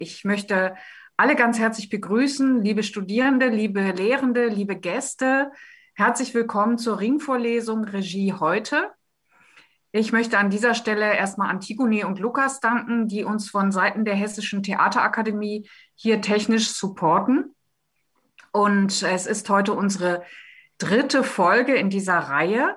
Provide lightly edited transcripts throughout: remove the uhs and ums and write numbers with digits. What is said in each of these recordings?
Ich möchte alle ganz herzlich begrüßen, liebe Studierende, liebe Lehrende, liebe Gäste. Herzlich willkommen zur Ringvorlesung Regie heute. Ich möchte an dieser Stelle erstmal Antigone und Lukas danken, die uns von Seiten der Hessischen Theaterakademie hier technisch supporten. Und es ist heute unsere dritte Folge in dieser Reihe.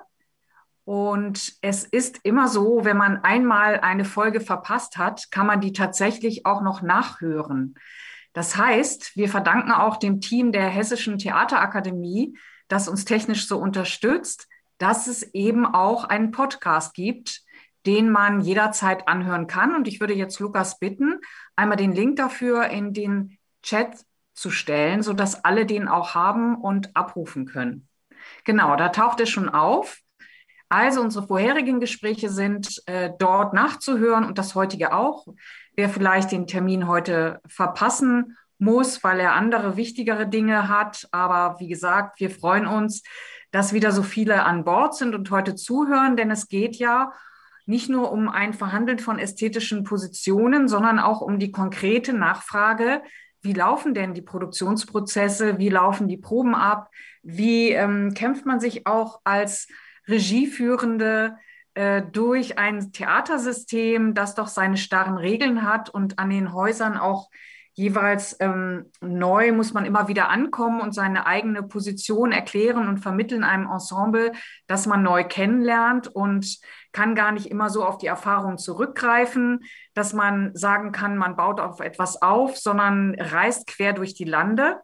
Und es ist immer so, wenn man einmal eine Folge verpasst hat, kann man die tatsächlich auch noch nachhören. Das heißt, wir verdanken auch dem Team der Hessischen Theaterakademie, das uns technisch so unterstützt, dass es eben auch einen Podcast gibt, den man jederzeit anhören kann. Und ich würde jetzt Lukas bitten, einmal den Link dafür in den Chat zu stellen, sodass alle den auch haben und abrufen können. Genau, da taucht es schon auf. Also unsere vorherigen Gespräche sind dort nachzuhören und das heutige auch. Wer vielleicht den Termin heute verpassen muss, weil er andere wichtigere Dinge hat. Aber wie gesagt, wir freuen uns, dass wieder so viele an Bord sind und heute zuhören, denn es geht ja nicht nur um ein Verhandeln von ästhetischen Positionen, sondern auch um die konkrete Nachfrage, wie laufen denn die Produktionsprozesse, wie laufen die Proben ab, wie kämpft man sich auch als Regieführende durch ein Theatersystem, das doch seine starren Regeln hat und an den Häusern auch jeweils neu muss man immer wieder ankommen und seine eigene Position erklären und vermitteln einem Ensemble, das man neu kennenlernt und kann gar nicht immer so auf die Erfahrung zurückgreifen, dass man sagen kann, man baut auf etwas auf, sondern reist quer durch die Lande.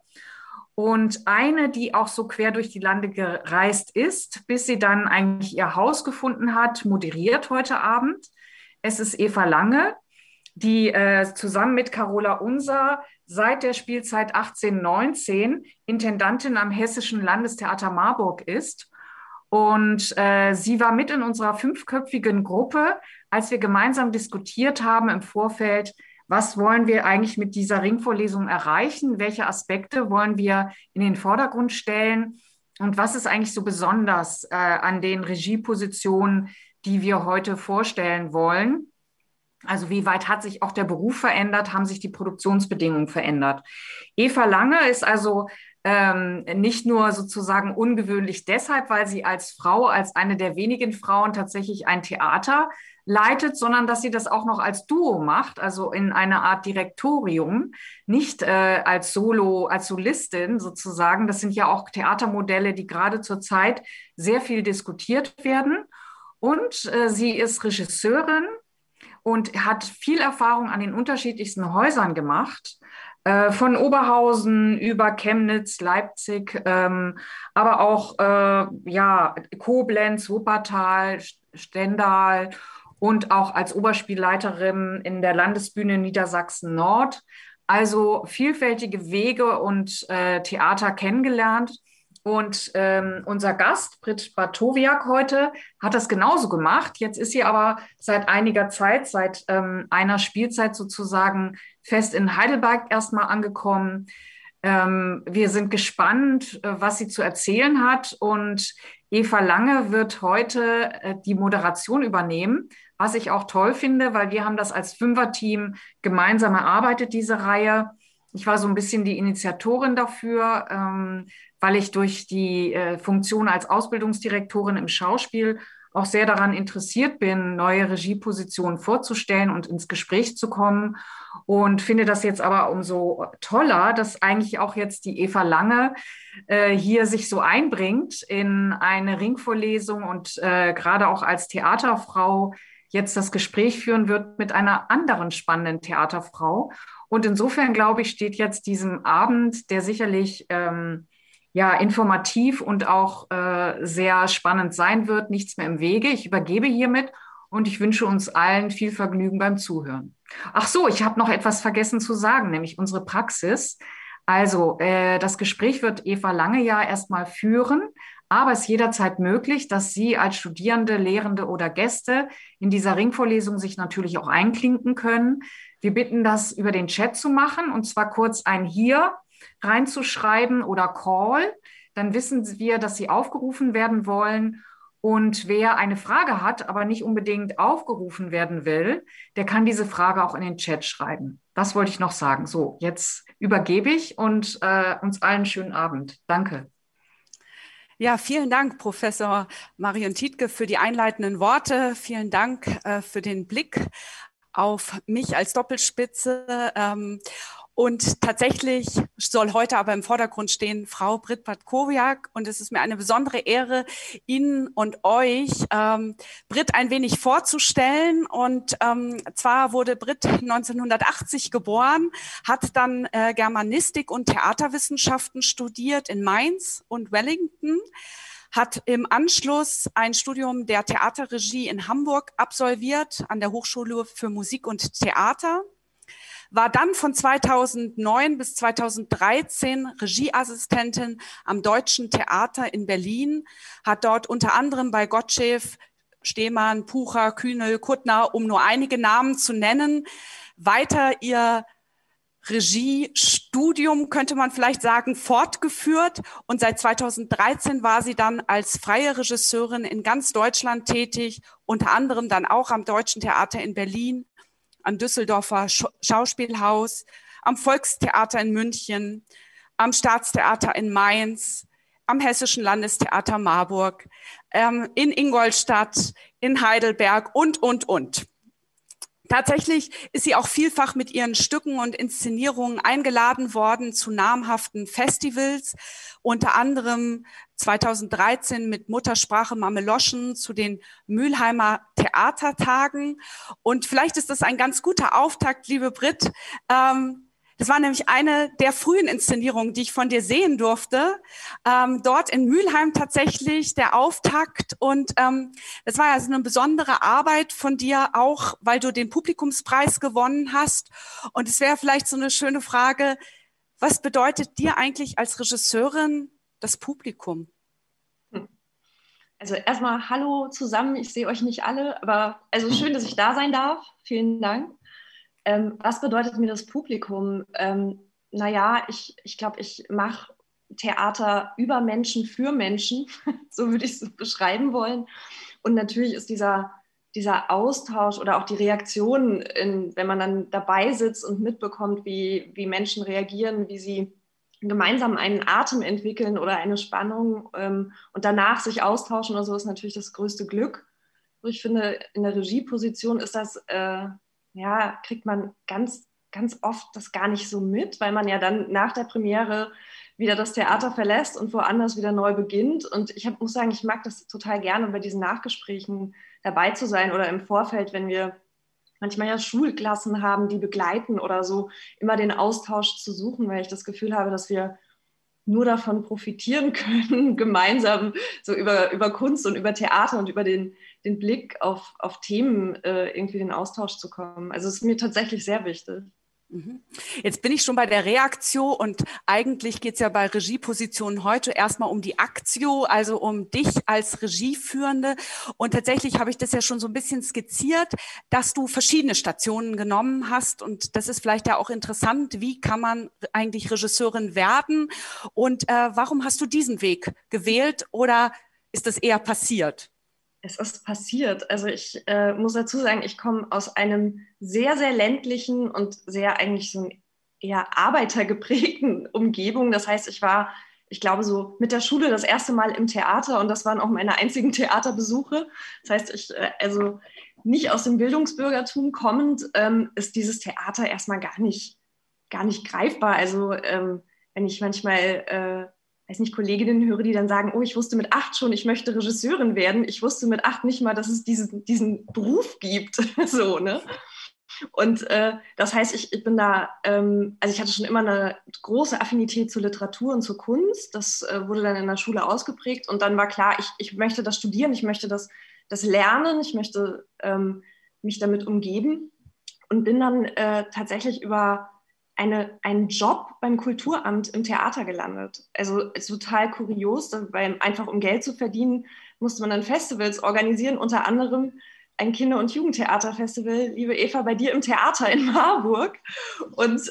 Und eine, die auch so quer durch die Lande gereist ist, bis sie dann eigentlich ihr Haus gefunden hat, moderiert heute Abend. Es ist Eva Lange, die zusammen mit Carola Unser seit der Spielzeit 18/19 Intendantin am Hessischen Landestheater Marburg ist. Und sie war mit in unserer fünfköpfigen Gruppe, als wir gemeinsam diskutiert haben im Vorfeld, was wollen wir eigentlich mit dieser Ringvorlesung erreichen? Welche Aspekte wollen wir in den Vordergrund stellen? Und was ist eigentlich so besonders an den Regiepositionen, die wir heute vorstellen wollen? Also wie weit hat sich auch der Beruf verändert? Haben sich die Produktionsbedingungen verändert? Eva Lange ist also nicht nur sozusagen ungewöhnlich deshalb, weil sie als Frau, als eine der wenigen Frauen tatsächlich ein Theater leitet, sondern dass sie das auch noch als Duo macht, also in einer Art Direktorium, nicht als Solo, als Solistin sozusagen. Das sind ja auch Theatermodelle, die gerade zurzeit sehr viel diskutiert werden. Und sie ist Regisseurin und hat viel Erfahrung an den unterschiedlichsten Häusern gemacht, von Oberhausen über Chemnitz, Leipzig, aber auch ja, Koblenz, Wuppertal, Stendal und auch als Oberspielleiterin in der Landesbühne Niedersachsen Nord. Also vielfältige Wege und Theater kennengelernt. Und unser Gast, Brit Bartowiak heute, hat das genauso gemacht. Jetzt ist sie aber seit einiger Zeit, seit einer Spielzeit sozusagen fest in Heidelberg erstmal angekommen. Wir sind gespannt, was sie zu erzählen hat. Und Eva Lange wird heute die Moderation übernehmen, was ich auch toll finde, weil wir haben das als Fünferteam gemeinsam erarbeitet, diese Reihe. Ich war so ein bisschen die Initiatorin dafür, weil ich durch die Funktion als Ausbildungsdirektorin im Schauspiel auch sehr daran interessiert bin, neue Regiepositionen vorzustellen und ins Gespräch zu kommen. Und finde das jetzt aber umso toller, dass eigentlich auch jetzt die Eva Lange hier sich so einbringt in eine Ringvorlesung und gerade auch als Theaterfrau jetzt das Gespräch führen wird mit einer anderen spannenden Theaterfrau. Und insofern, glaube ich, steht jetzt diesem Abend, der sicherlich ja, informativ und auch sehr spannend sein wird, nichts mehr im Wege. Ich übergebe hiermit und ich wünsche uns allen viel Vergnügen beim Zuhören. Ach so, ich habe noch etwas vergessen zu sagen, nämlich unsere Praxis. Also das Gespräch wird Eva Lange ja erstmal führen, aber es ist jederzeit möglich, dass Sie als Studierende, Lehrende oder Gäste in dieser Ringvorlesung sich natürlich auch einklinken können. Wir bitten, das über den Chat zu machen und zwar kurz ein Hier reinzuschreiben oder Call. Dann wissen wir, dass Sie aufgerufen werden wollen. Und wer eine Frage hat, aber nicht unbedingt aufgerufen werden will, der kann diese Frage auch in den Chat schreiben. Das wollte ich noch sagen. So, jetzt übergebe ich und uns allen einen schönen Abend. Danke. Ja, vielen Dank, Professor Marion Tietke, für die einleitenden Worte. Vielen Dank für den Blick auf mich als Doppelspitze. Und tatsächlich soll heute aber im Vordergrund stehen Frau Britt Bartkowiak. Und es ist mir eine besondere Ehre, Ihnen und euch Britt ein wenig vorzustellen. Und zwar wurde Britt 1980 geboren, hat dann Germanistik und Theaterwissenschaften studiert in Mainz und Wellington, hat im Anschluss ein Studium der Theaterregie in Hamburg absolviert an der Hochschule für Musik und Theater, war dann von 2009 bis 2013 Regieassistentin am Deutschen Theater in Berlin, hat dort unter anderem bei Gottschalk, Stehmann, Pucher, Kühnel, Kuttner, um nur einige Namen zu nennen, weiter ihr Regiestudium, könnte man vielleicht sagen, fortgeführt. Und seit 2013 war sie dann als freie Regisseurin in ganz Deutschland tätig, unter anderem dann auch am Deutschen Theater in Berlin, am Düsseldorfer Schauspielhaus, am Volkstheater in München, am Staatstheater in Mainz, am Hessischen Landestheater Marburg, in Ingolstadt, in Heidelberg und. Tatsächlich ist sie auch vielfach mit ihren Stücken und Inszenierungen eingeladen worden zu namhaften Festivals, unter anderem 2013 mit Muttersprache Mameloschen zu den Mülheimer Theatertagen. Und vielleicht ist das ein ganz guter Auftakt, liebe Britt. Das war nämlich eine der frühen Inszenierungen, die ich von dir sehen durfte. Dort in Mülheim tatsächlich der Auftakt. Und das war also eine besondere Arbeit von dir, auch weil du den Publikumspreis gewonnen hast. Und es wäre vielleicht so eine schöne Frage, was bedeutet dir eigentlich als Regisseurin das Publikum? Also erstmal Hallo zusammen, ich sehe euch nicht alle, aber also schön, dass ich da sein darf. Vielen Dank. Was bedeutet mir das Publikum? Naja, ich glaube, ich mache Theater über Menschen für Menschen, so würde ich es beschreiben wollen. Und natürlich ist dieser Austausch oder auch die Reaktion, wenn man dann dabei sitzt und mitbekommt, wie Menschen reagieren, wie sie gemeinsam einen Atem entwickeln oder eine Spannung und danach sich austauschen oder so, ist natürlich das größte Glück. Ich finde, in der Regieposition ist das kriegt man ganz, ganz oft das gar nicht so mit, weil man ja dann nach der Premiere wieder das Theater verlässt und woanders wieder neu beginnt. Und muss sagen, ich mag das total gerne, bei diesen Nachgesprächen dabei zu sein oder im Vorfeld, wenn wir manchmal ja Schulklassen haben, die begleiten oder so, immer den Austausch zu suchen, weil ich das Gefühl habe, dass wir nur davon profitieren können, gemeinsam so über Kunst und über Theater und über den Blick auf Themen irgendwie in den Austausch zu kommen. Also es ist mir tatsächlich sehr wichtig. Jetzt bin ich schon bei der Reaktio und eigentlich geht es ja bei Regiepositionen heute erstmal um die Aktio, also um dich als Regieführende. Und tatsächlich habe ich das ja schon so ein bisschen skizziert, dass du verschiedene Stationen genommen hast. Und das ist vielleicht ja auch interessant, wie kann man eigentlich Regisseurin werden? Und warum hast du diesen Weg gewählt oder ist das eher passiert? Es ist passiert. Also ich muss dazu sagen, ich komme aus einem sehr, sehr ländlichen und sehr eigentlich so eher arbeitergeprägten Umgebung. Das heißt, ich glaube, so mit der Schule das erste Mal im Theater und das waren auch meine einzigen Theaterbesuche. Das heißt, also nicht aus dem Bildungsbürgertum kommend, ist dieses Theater erstmal gar nicht greifbar. Also wenn ich manchmal weiß nicht, Kolleginnen höre, die dann sagen, oh, ich wusste mit 8 schon, ich möchte Regisseurin werden. Ich wusste mit 8 nicht mal, dass es diesen Beruf gibt. So, ne? Und das heißt, ich bin da, also ich hatte schon immer eine große Affinität zur Literatur und zur Kunst. Das wurde dann in der Schule ausgeprägt und dann war klar, ich möchte das studieren, ich möchte das lernen, ich möchte mich damit umgeben und bin dann tatsächlich über einen Job beim Kulturamt im Theater gelandet. Also total kurios, weil einfach um Geld zu verdienen, musste man dann Festivals organisieren, unter anderem ein Kinder- und Jugendtheaterfestival, liebe Eva, bei dir im Theater in Marburg. Und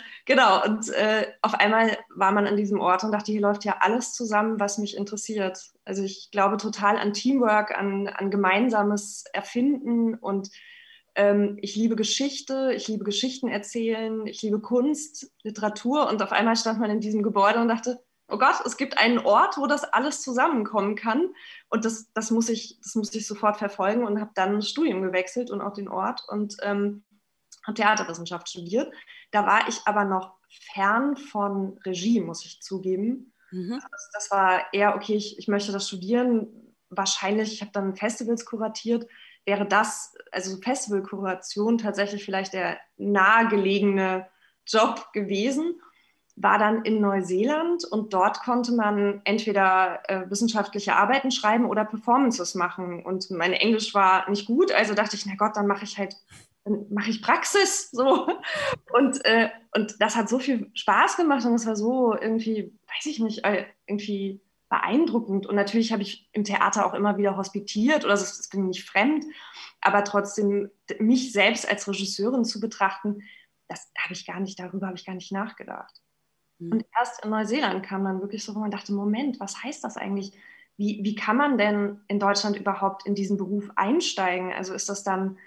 auf einmal war man an diesem Ort und dachte, hier läuft ja alles zusammen, was mich interessiert. Also ich glaube total an Teamwork, an gemeinsames Erfinden und Ich liebe Geschichte, ich liebe Geschichten erzählen, ich liebe Kunst, Literatur und auf einmal stand man in diesem Gebäude und dachte, oh Gott, es gibt einen Ort, wo das alles zusammenkommen kann und das muss ich sofort verfolgen und habe dann das Studium gewechselt und auch den Ort und habe Theaterwissenschaft studiert. Da war ich aber noch fern von Regie, muss ich zugeben. Mhm. Das war eher, okay, ich möchte das studieren, wahrscheinlich, ich habe dann Festivals kuratiert, wäre das, also Festivalkuration tatsächlich vielleicht der nahegelegene Job gewesen, war dann in Neuseeland und dort konnte man entweder wissenschaftliche Arbeiten schreiben oder Performances machen und mein Englisch war nicht gut, also dachte ich, na Gott, dann mache ich Praxis, so. Und das hat so viel Spaß gemacht und es war so irgendwie, weiß ich nicht, irgendwie beeindruckend. Und natürlich habe ich im Theater auch immer wieder hospitiert oder das bin nicht fremd, aber trotzdem mich selbst als Regisseurin zu betrachten, darüber habe ich gar nicht nachgedacht. Und erst in Neuseeland kam dann wirklich so, wo man dachte, Moment, was heißt das eigentlich? Wie kann man denn in Deutschland überhaupt in diesen Beruf einsteigen? Also ist das dann,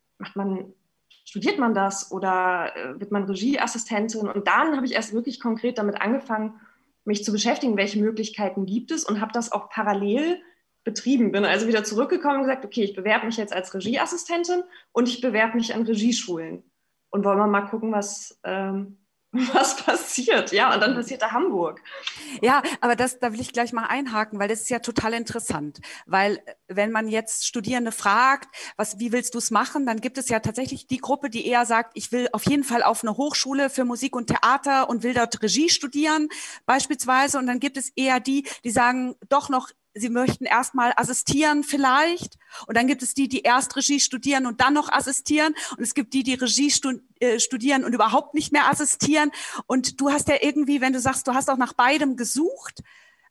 studiert man das oder wird man Regieassistentin? Und dann habe ich erst wirklich konkret damit angefangen, mich zu beschäftigen, welche Möglichkeiten gibt es und habe das auch parallel betrieben. Bin also wieder zurückgekommen und gesagt, okay, ich bewerbe mich jetzt als Regieassistentin und ich bewerbe mich an Regieschulen. Und wollen wir mal gucken, was passiert. Ja, und dann passierte Hamburg. Ja, aber da will ich gleich mal einhaken, weil das ist ja total interessant. Weil wenn man jetzt Studierende fragt, wie willst du es machen, dann gibt es ja tatsächlich die Gruppe, die eher sagt, ich will auf jeden Fall auf eine Hochschule für Musik und Theater und will dort Regie studieren beispielsweise. Und dann gibt es eher die sagen, doch noch, sie möchten erstmal assistieren vielleicht. Und dann gibt es die erst Regie studieren und dann noch assistieren. Und es gibt die Regie studieren und überhaupt nicht mehr assistieren. Und du hast ja irgendwie, wenn du sagst, du hast auch nach beidem gesucht,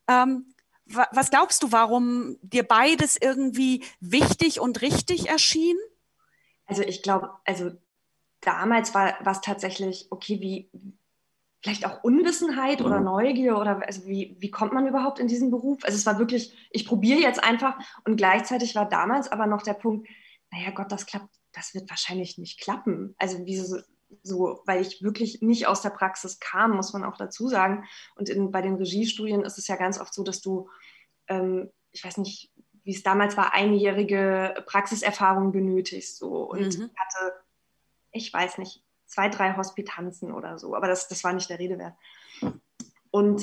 was glaubst du, warum dir beides irgendwie wichtig und richtig erschien? Also ich glaube, damals war es tatsächlich, okay, vielleicht auch Unwissenheit oder Neugier oder also wie kommt man überhaupt in diesen Beruf? Also es war wirklich, ich probiere jetzt einfach und gleichzeitig war damals aber noch der Punkt, naja Gott, das wird wahrscheinlich nicht klappen. Also weil ich wirklich nicht aus der Praxis kam, muss man auch dazu sagen. Und bei den Regiestudien ist es ja ganz oft so, dass du, ich weiß nicht, wie es damals war, einjährige Praxiserfahrung benötigst. So. Und ich hatte, ich weiß nicht, 2, 3 Hospitanzen oder so, aber das war nicht der Rede wert. Und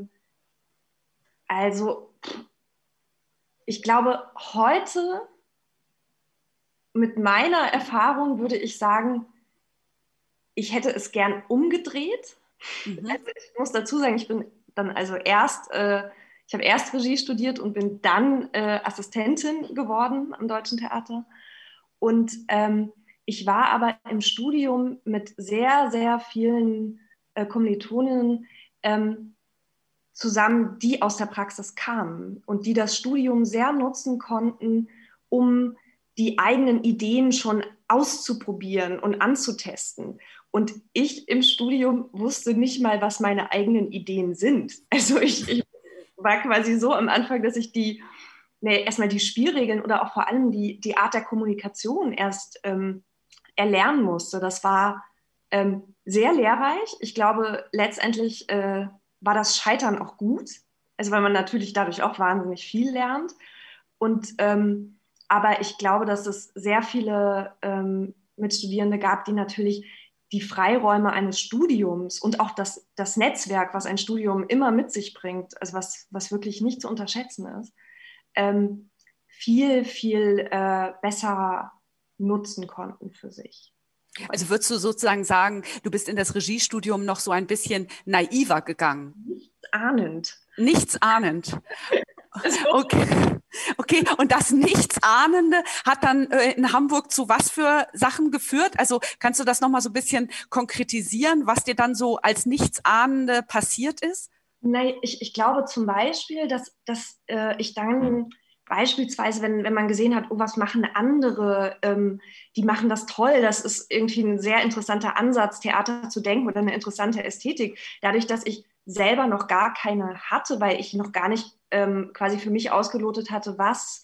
ich glaube, heute mit meiner Erfahrung würde ich sagen, ich hätte es gern umgedreht. Also ich muss dazu sagen, ich bin dann ich habe erst Regie studiert und bin dann Assistentin geworden am Deutschen Theater. Und ich war aber im Studium mit sehr, sehr vielen Kommilitoninnen zusammen, die aus der Praxis kamen und die das Studium sehr nutzen konnten, um die eigenen Ideen schon auszuprobieren und anzutesten. Und ich im Studium wusste nicht mal, was meine eigenen Ideen sind. Also ich war quasi so am Anfang, dass ich erstmal die Spielregeln oder auch vor allem die Art der Kommunikation erst erlernen musste. Das war sehr lehrreich. Ich glaube, letztendlich war das Scheitern auch gut, also weil man natürlich dadurch auch wahnsinnig viel lernt. Und aber ich glaube, dass es sehr viele Mitstudierende gab, die natürlich die Freiräume eines Studiums und auch das Netzwerk, was ein Studium immer mit sich bringt, also was wirklich nicht zu unterschätzen ist, viel, viel besser nutzen konnten für sich. Also würdest du sozusagen sagen, du bist in das Regiestudium noch so ein bisschen naiver gegangen? Nichtsahnend. Nichtsahnend. Okay. Und das Nichtsahnende hat dann in Hamburg zu was für Sachen geführt? Also kannst du das nochmal so ein bisschen konkretisieren, was dir dann so als Nichtsahnende passiert ist? Nein, ich glaube zum Beispiel, dass ich dann beispielsweise, wenn man gesehen hat, oh, was machen andere, die machen das toll, das ist irgendwie ein sehr interessanter Ansatz, Theater zu denken oder eine interessante Ästhetik. Dadurch, dass ich selber noch gar keine hatte, weil ich noch gar nicht quasi für mich ausgelotet hatte, was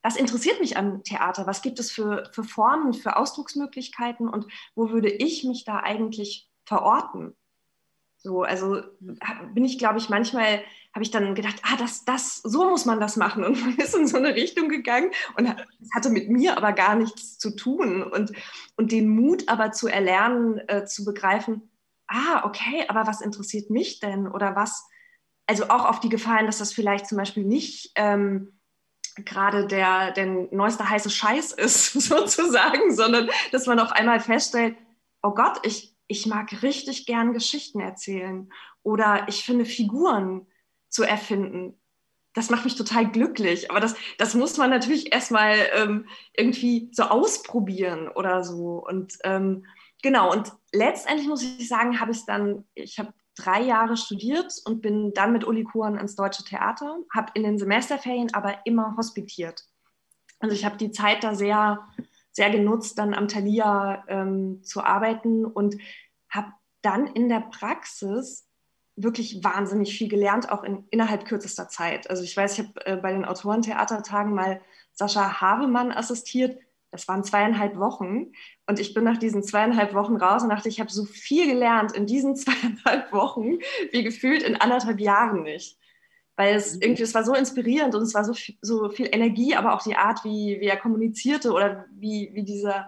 was interessiert mich am Theater? Was gibt es für Formen, für Ausdrucksmöglichkeiten und wo würde ich mich da eigentlich verorten? So, also bin ich, glaube ich, manchmal habe ich dann gedacht, so muss man das machen. Und man ist in so eine Richtung gegangen und es hatte mit mir aber gar nichts zu tun. Und den Mut aber zu erlernen, zu begreifen, okay, aber was interessiert mich denn? Oder was, also auch auf die Gefallen, dass das vielleicht zum Beispiel nicht gerade der neueste heiße Scheiß ist, sozusagen, sondern dass man auf einmal feststellt, oh Gott, ich mag richtig gern Geschichten erzählen oder ich finde Figuren zu erfinden. Das macht mich total glücklich, aber das muss man natürlich erstmal irgendwie so ausprobieren oder so. Und genau, und letztendlich muss ich sagen, ich habe 3 Jahre studiert und bin dann mit Uli Kuren ans Deutsche Theater, habe in den Semesterferien aber immer hospitiert. Also ich habe die Zeit da sehr, sehr genutzt, dann am Thalia zu arbeiten und habe dann in der Praxis wirklich wahnsinnig viel gelernt, auch innerhalb kürzester Zeit. Also ich weiß, ich habe bei den Autorentheatertagen mal Sascha Havemann assistiert. Das waren 2,5 Wochen. Und ich bin nach diesen 2,5 Wochen raus und dachte, ich habe so viel gelernt in diesen 2,5 Wochen, wie gefühlt in 1,5 Jahren nicht. Weil es war so inspirierend und es war so viel Energie, aber auch die Art, wie er kommunizierte oder wie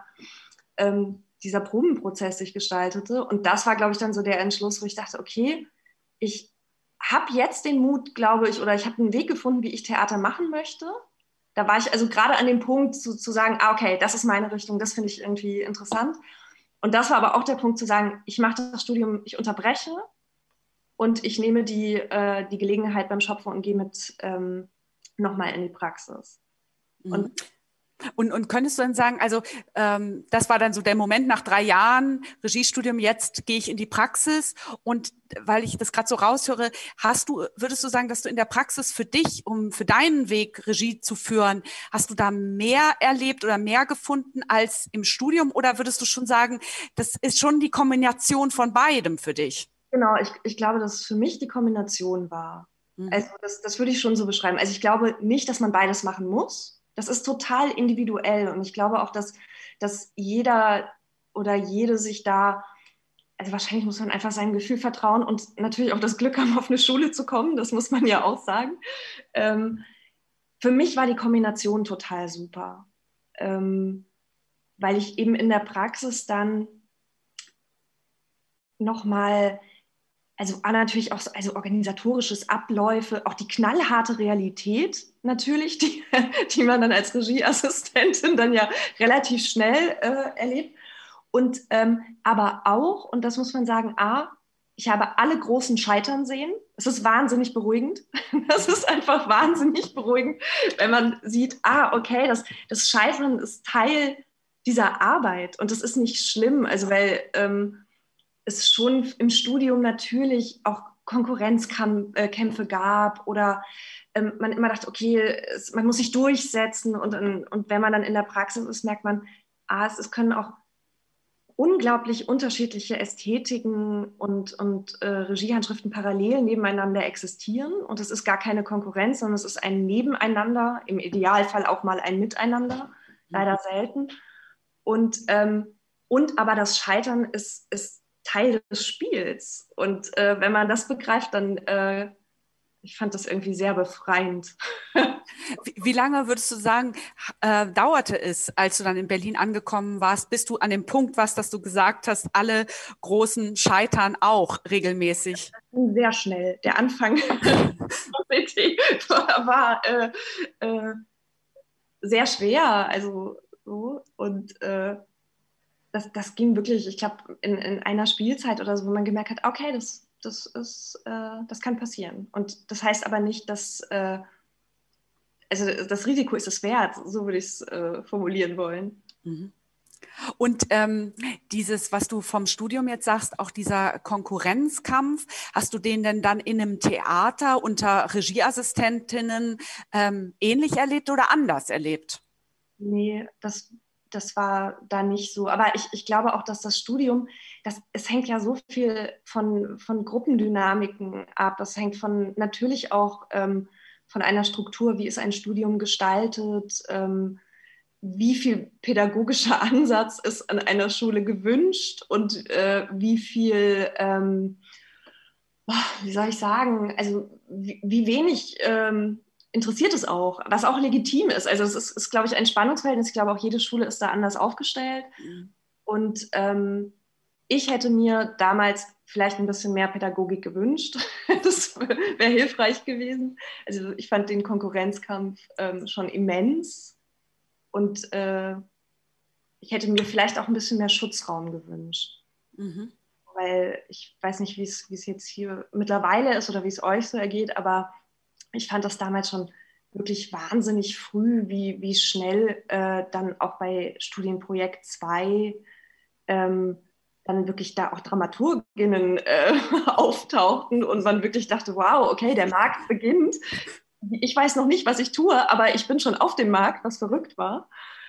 dieser Probenprozess sich gestaltete. Und das war, glaube ich, dann so der Entschluss, wo ich dachte, okay, ich habe jetzt den Mut, glaube ich, oder ich habe einen Weg gefunden, wie ich Theater machen möchte. Da war ich also gerade an dem Punkt zu sagen, okay, das ist meine Richtung, das finde ich irgendwie interessant. Und das war aber auch der Punkt zu sagen, ich mache das Studium, ich unterbreche und ich nehme die Gelegenheit beim Schopfen und gehe mit nochmal in die Praxis. Mhm. Und könntest du dann sagen, also das war dann so der Moment nach 3 Jahren Regiestudium, jetzt gehe ich in die Praxis und weil ich das gerade so raushöre, würdest du sagen, dass du in der Praxis für dich, um für deinen Weg Regie zu führen, hast du da mehr erlebt oder mehr gefunden als im Studium oder würdest du schon sagen, das ist schon die Kombination von beidem für dich? Genau, ich glaube, dass es für mich die Kombination war. Also das würde ich schon so beschreiben. Also ich glaube nicht, dass man beides machen muss. Das ist total individuell und ich glaube auch, dass jeder oder jede sich da, also wahrscheinlich muss man einfach seinem Gefühl vertrauen und natürlich auch das Glück haben, auf eine Schule zu kommen, das muss man ja auch sagen. Für mich war die Kombination total super, weil ich eben in der Praxis dann nochmal, also natürlich auch so, also organisatorisches Abläufe, auch die knallharte Realität natürlich, die man dann als Regieassistentin dann ja relativ schnell erlebt. Und aber auch, und das muss man sagen, ich habe alle großen scheitern sehen. Es ist wahnsinnig beruhigend. Das ist einfach wahnsinnig beruhigend, wenn man sieht, okay, das Scheitern ist Teil dieser Arbeit und das ist nicht schlimm, also weil es schon im Studium natürlich auch Konkurrenzkämpfe gab oder man immer dachte, okay, man muss sich durchsetzen und wenn man dann in der Praxis ist, merkt man, es können auch unglaublich unterschiedliche Ästhetiken und Regiehandschriften parallel nebeneinander existieren und es ist gar keine Konkurrenz, sondern es ist ein Nebeneinander, im Idealfall auch mal ein Miteinander, leider selten. Und aber das Scheitern ist Teil des Spiels. Und wenn man das begreift, dann, ich fand das irgendwie sehr befreiend. Wie lange würdest du sagen, dauerte es, als du dann in Berlin angekommen warst, bis du an dem Punkt warst, dass du gesagt hast, alle großen scheitern auch regelmäßig? Sehr schnell. Der Anfang war sehr schwer. Also so. Und das ging wirklich, ich glaube, in einer Spielzeit oder so, wo man gemerkt hat, okay, das kann passieren. Und das heißt aber nicht, dass also das Risiko ist es wert, so würde ich es formulieren wollen. Und dieses, was du vom Studium jetzt sagst, auch dieser Konkurrenzkampf, hast du den denn dann in einem Theater unter Regieassistentinnen ähnlich erlebt oder anders erlebt? Nee, das war da nicht so. Aber ich glaube auch, dass das Studium, es hängt ja so viel von Gruppendynamiken ab. Das hängt natürlich auch von einer Struktur, wie ist ein Studium gestaltet, wie viel pädagogischer Ansatz ist an einer Schule gewünscht und wie viel, wie soll ich sagen, also wie wenig interessiert es auch, was auch legitim ist. Also es ist glaube ich, ein Spannungsverhältnis. Ich glaube, auch jede Schule ist da anders aufgestellt. Und ich hätte mir damals vielleicht ein bisschen mehr Pädagogik gewünscht. Das wäre hilfreich gewesen. Also ich fand den Konkurrenzkampf schon immens. Und ich hätte mir vielleicht auch ein bisschen mehr Schutzraum gewünscht. Weil ich weiß nicht, wie es jetzt hier mittlerweile ist oder wie es euch so ergeht, aber ich fand das damals schon wirklich wahnsinnig früh, wie schnell dann auch bei Studienprojekt 2 dann wirklich da auch Dramaturginnen auftauchten und man wirklich dachte, wow, okay, der Markt beginnt. Ich weiß noch nicht, was ich tue, aber ich bin schon auf dem Markt, was verrückt war.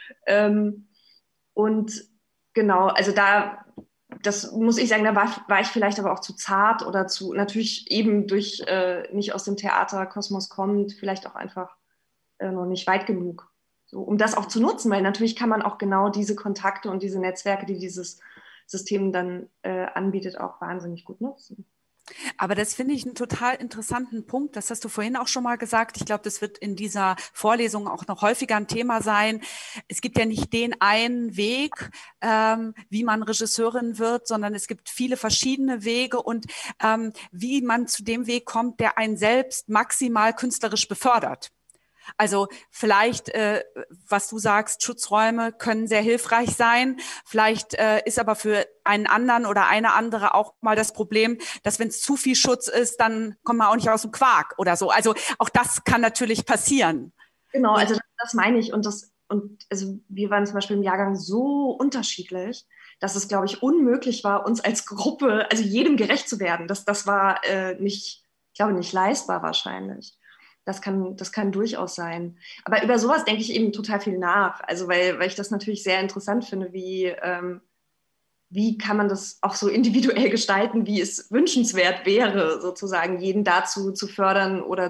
Und genau, also das muss ich sagen, da war ich vielleicht aber auch zu zart oder natürlich eben durch nicht aus dem Theaterkosmos kommend, vielleicht auch einfach noch nicht weit genug, so, um das auch zu nutzen, weil natürlich kann man auch genau diese Kontakte und diese Netzwerke, die dieses System dann anbietet, auch wahnsinnig gut nutzen. Aber das finde ich einen total interessanten Punkt. Das hast du vorhin auch schon mal gesagt. Ich glaube, das wird in dieser Vorlesung auch noch häufiger ein Thema sein. Es gibt ja nicht den einen Weg, wie man Regisseurin wird, sondern es gibt viele verschiedene Wege und wie man zu dem Weg kommt, der einen selbst maximal künstlerisch befördert. Also vielleicht, was du sagst, Schutzräume können sehr hilfreich sein. Vielleicht ist aber für einen anderen oder eine andere auch mal das Problem, dass wenn es zu viel Schutz ist, dann kommt man auch nicht aus dem Quark oder so. Also auch das kann natürlich passieren. Genau, also das meine ich. Und also wir waren zum Beispiel im Jahrgang so unterschiedlich, dass es, glaube ich, unmöglich war, uns als Gruppe, also jedem gerecht zu werden. Das war nicht, ich glaube, nicht leistbar wahrscheinlich. Das kann durchaus sein. Aber über sowas denke ich eben total viel nach. Also weil ich das natürlich sehr interessant finde, wie kann man das auch so individuell gestalten, wie es wünschenswert wäre, sozusagen jeden dazu zu fördern oder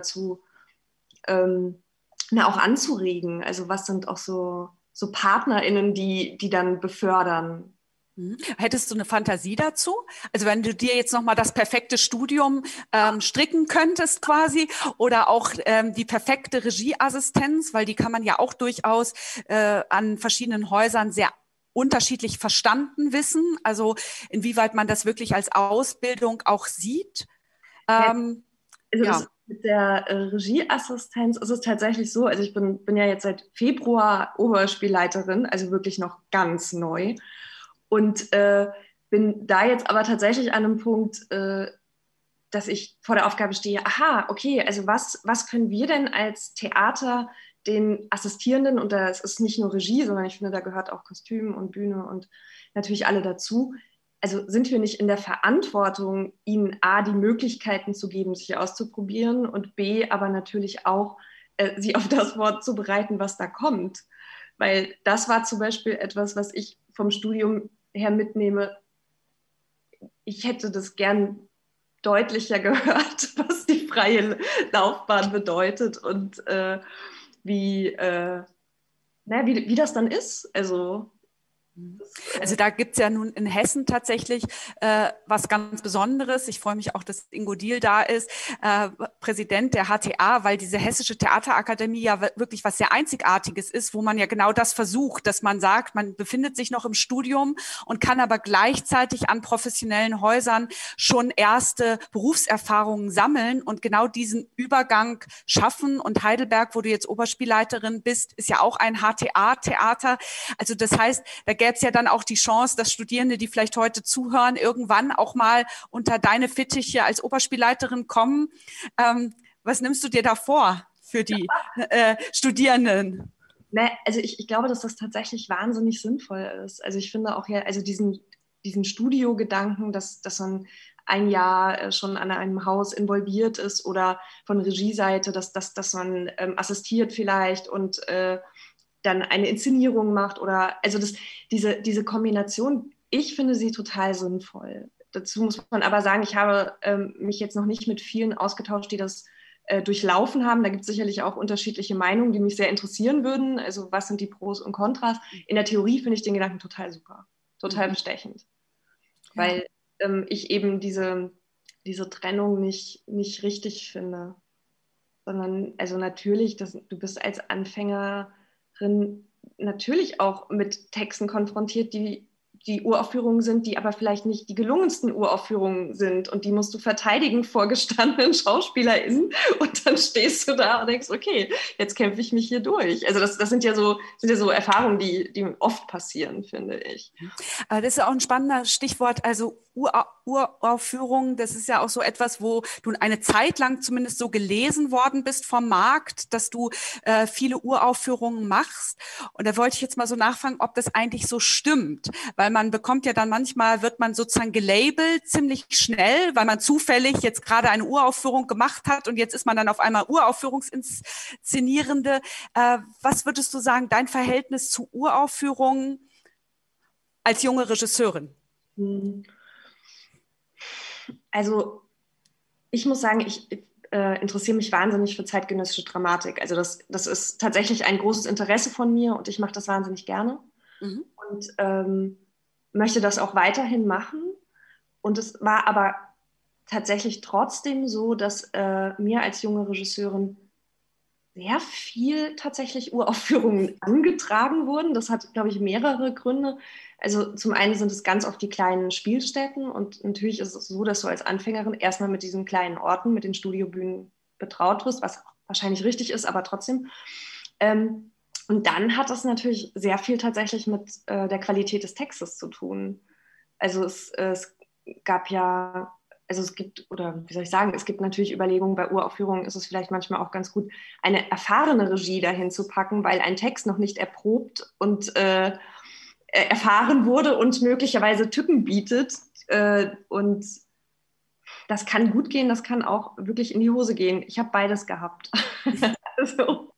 auch anzuregen. Also was sind auch so PartnerInnen, die dann befördern? Hättest du eine Fantasie dazu? Also wenn du dir jetzt nochmal das perfekte Studium stricken könntest quasi oder auch die perfekte Regieassistenz, weil die kann man ja auch durchaus an verschiedenen Häusern sehr unterschiedlich verstanden wissen. Also inwieweit man das wirklich als Ausbildung auch sieht. Mit der Regieassistenz ist es tatsächlich so, also ich bin ja jetzt seit Februar Oberspielleiterin, also wirklich noch ganz neu. Und bin da jetzt aber tatsächlich an einem Punkt, dass ich vor der Aufgabe stehe, aha, okay, also was können wir denn als Theater den Assistierenden, und das ist nicht nur Regie, sondern ich finde, da gehört auch Kostüm und Bühne und natürlich alle dazu, also sind wir nicht in der Verantwortung, ihnen A, die Möglichkeiten zu geben, sich auszuprobieren und B, aber natürlich auch, sie auf das Wort zu bereiten, was da kommt. Weil das war zum Beispiel etwas, was ich vom Studium her mitnehme. Ich hätte das gern deutlicher gehört, was die freie Laufbahn bedeutet und wie das dann ist. Also da gibt's ja nun in Hessen tatsächlich was ganz Besonderes. Ich freue mich auch, dass Ingo Diehl da ist, Präsident der HTA, weil diese Hessische Theaterakademie ja wirklich was sehr Einzigartiges ist, wo man ja genau das versucht, dass man sagt, man befindet sich noch im Studium und kann aber gleichzeitig an professionellen Häusern schon erste Berufserfahrungen sammeln und genau diesen Übergang schaffen. Und Heidelberg, wo du jetzt Oberspielleiterin bist, ist ja auch ein HTA-Theater. Also das heißt, da gäbe es ja dann auch die Chance, dass Studierende, die vielleicht heute zuhören, irgendwann auch mal unter deine Fittiche als Oberspielleiterin kommen. Was nimmst du dir da vor für die Studierenden? Also ich glaube, dass das tatsächlich wahnsinnig sinnvoll ist. Also ich finde auch ja, also diesen Studio-Gedanken, dass man ein Jahr schon an einem Haus involviert ist oder von Regieseite, dass man assistiert vielleicht und dann eine Inszenierung macht oder also diese Kombination, ich finde sie total sinnvoll. Dazu muss man aber sagen, ich habe mich jetzt noch nicht mit vielen ausgetauscht, die das durchlaufen haben. Da gibt es sicherlich auch unterschiedliche Meinungen, die mich sehr interessieren würden. Also was sind die Pros und Kontras? In der Theorie finde ich den Gedanken total super, total bestechend, weil ich eben diese Trennung nicht richtig finde, sondern also natürlich, du bist als Anfängerin natürlich auch mit Texten konfrontiert, die Uraufführungen sind, die aber vielleicht nicht die gelungensten Uraufführungen sind und die musst du verteidigen vor gestandenen SchauspielerInnen und dann stehst du da und denkst, okay, jetzt kämpfe ich mich hier durch. Also das sind ja so Erfahrungen, die oft passieren, finde ich. Das ist ja auch ein spannender Stichwort, also Uraufführungen, das ist ja auch so etwas, wo du eine Zeit lang zumindest so gelesen worden bist vom Markt, dass du viele Uraufführungen machst. Und da wollte ich jetzt mal so nachfragen, ob das eigentlich so stimmt, weil man bekommt ja dann manchmal, wird man sozusagen gelabelt ziemlich schnell, weil man zufällig jetzt gerade eine Uraufführung gemacht hat und jetzt ist man dann auf einmal Uraufführungsinszenierende. Was würdest du sagen, dein Verhältnis zu Uraufführungen als junge Regisseurin? Also ich muss sagen, ich interessiere mich wahnsinnig für zeitgenössische Dramatik. Also das ist tatsächlich ein großes Interesse von mir und ich mache das wahnsinnig gerne und möchte das auch weiterhin machen. Und es war aber tatsächlich trotzdem so, dass mir als junge Regisseurin sehr viel tatsächlich Uraufführungen angetragen wurden. Das hat, glaube ich, mehrere Gründe. Also zum einen sind es ganz oft die kleinen Spielstätten und natürlich ist es so, dass du als Anfängerin erstmal mit diesen kleinen Orten, mit den Studiobühnen betraut wirst, was wahrscheinlich richtig ist, aber trotzdem. Und dann hat das natürlich sehr viel tatsächlich mit der Qualität des Textes zu tun. Also es gab ja, also es gibt, oder wie soll ich sagen, es gibt natürlich Überlegungen, bei Uraufführungen ist es vielleicht manchmal auch ganz gut, eine erfahrene Regie dahin zu packen, weil ein Text noch nicht erprobt und erfahren wurde und möglicherweise Tücken bietet. Und das kann gut gehen, das kann auch wirklich in die Hose gehen. Ich habe beides gehabt. Also.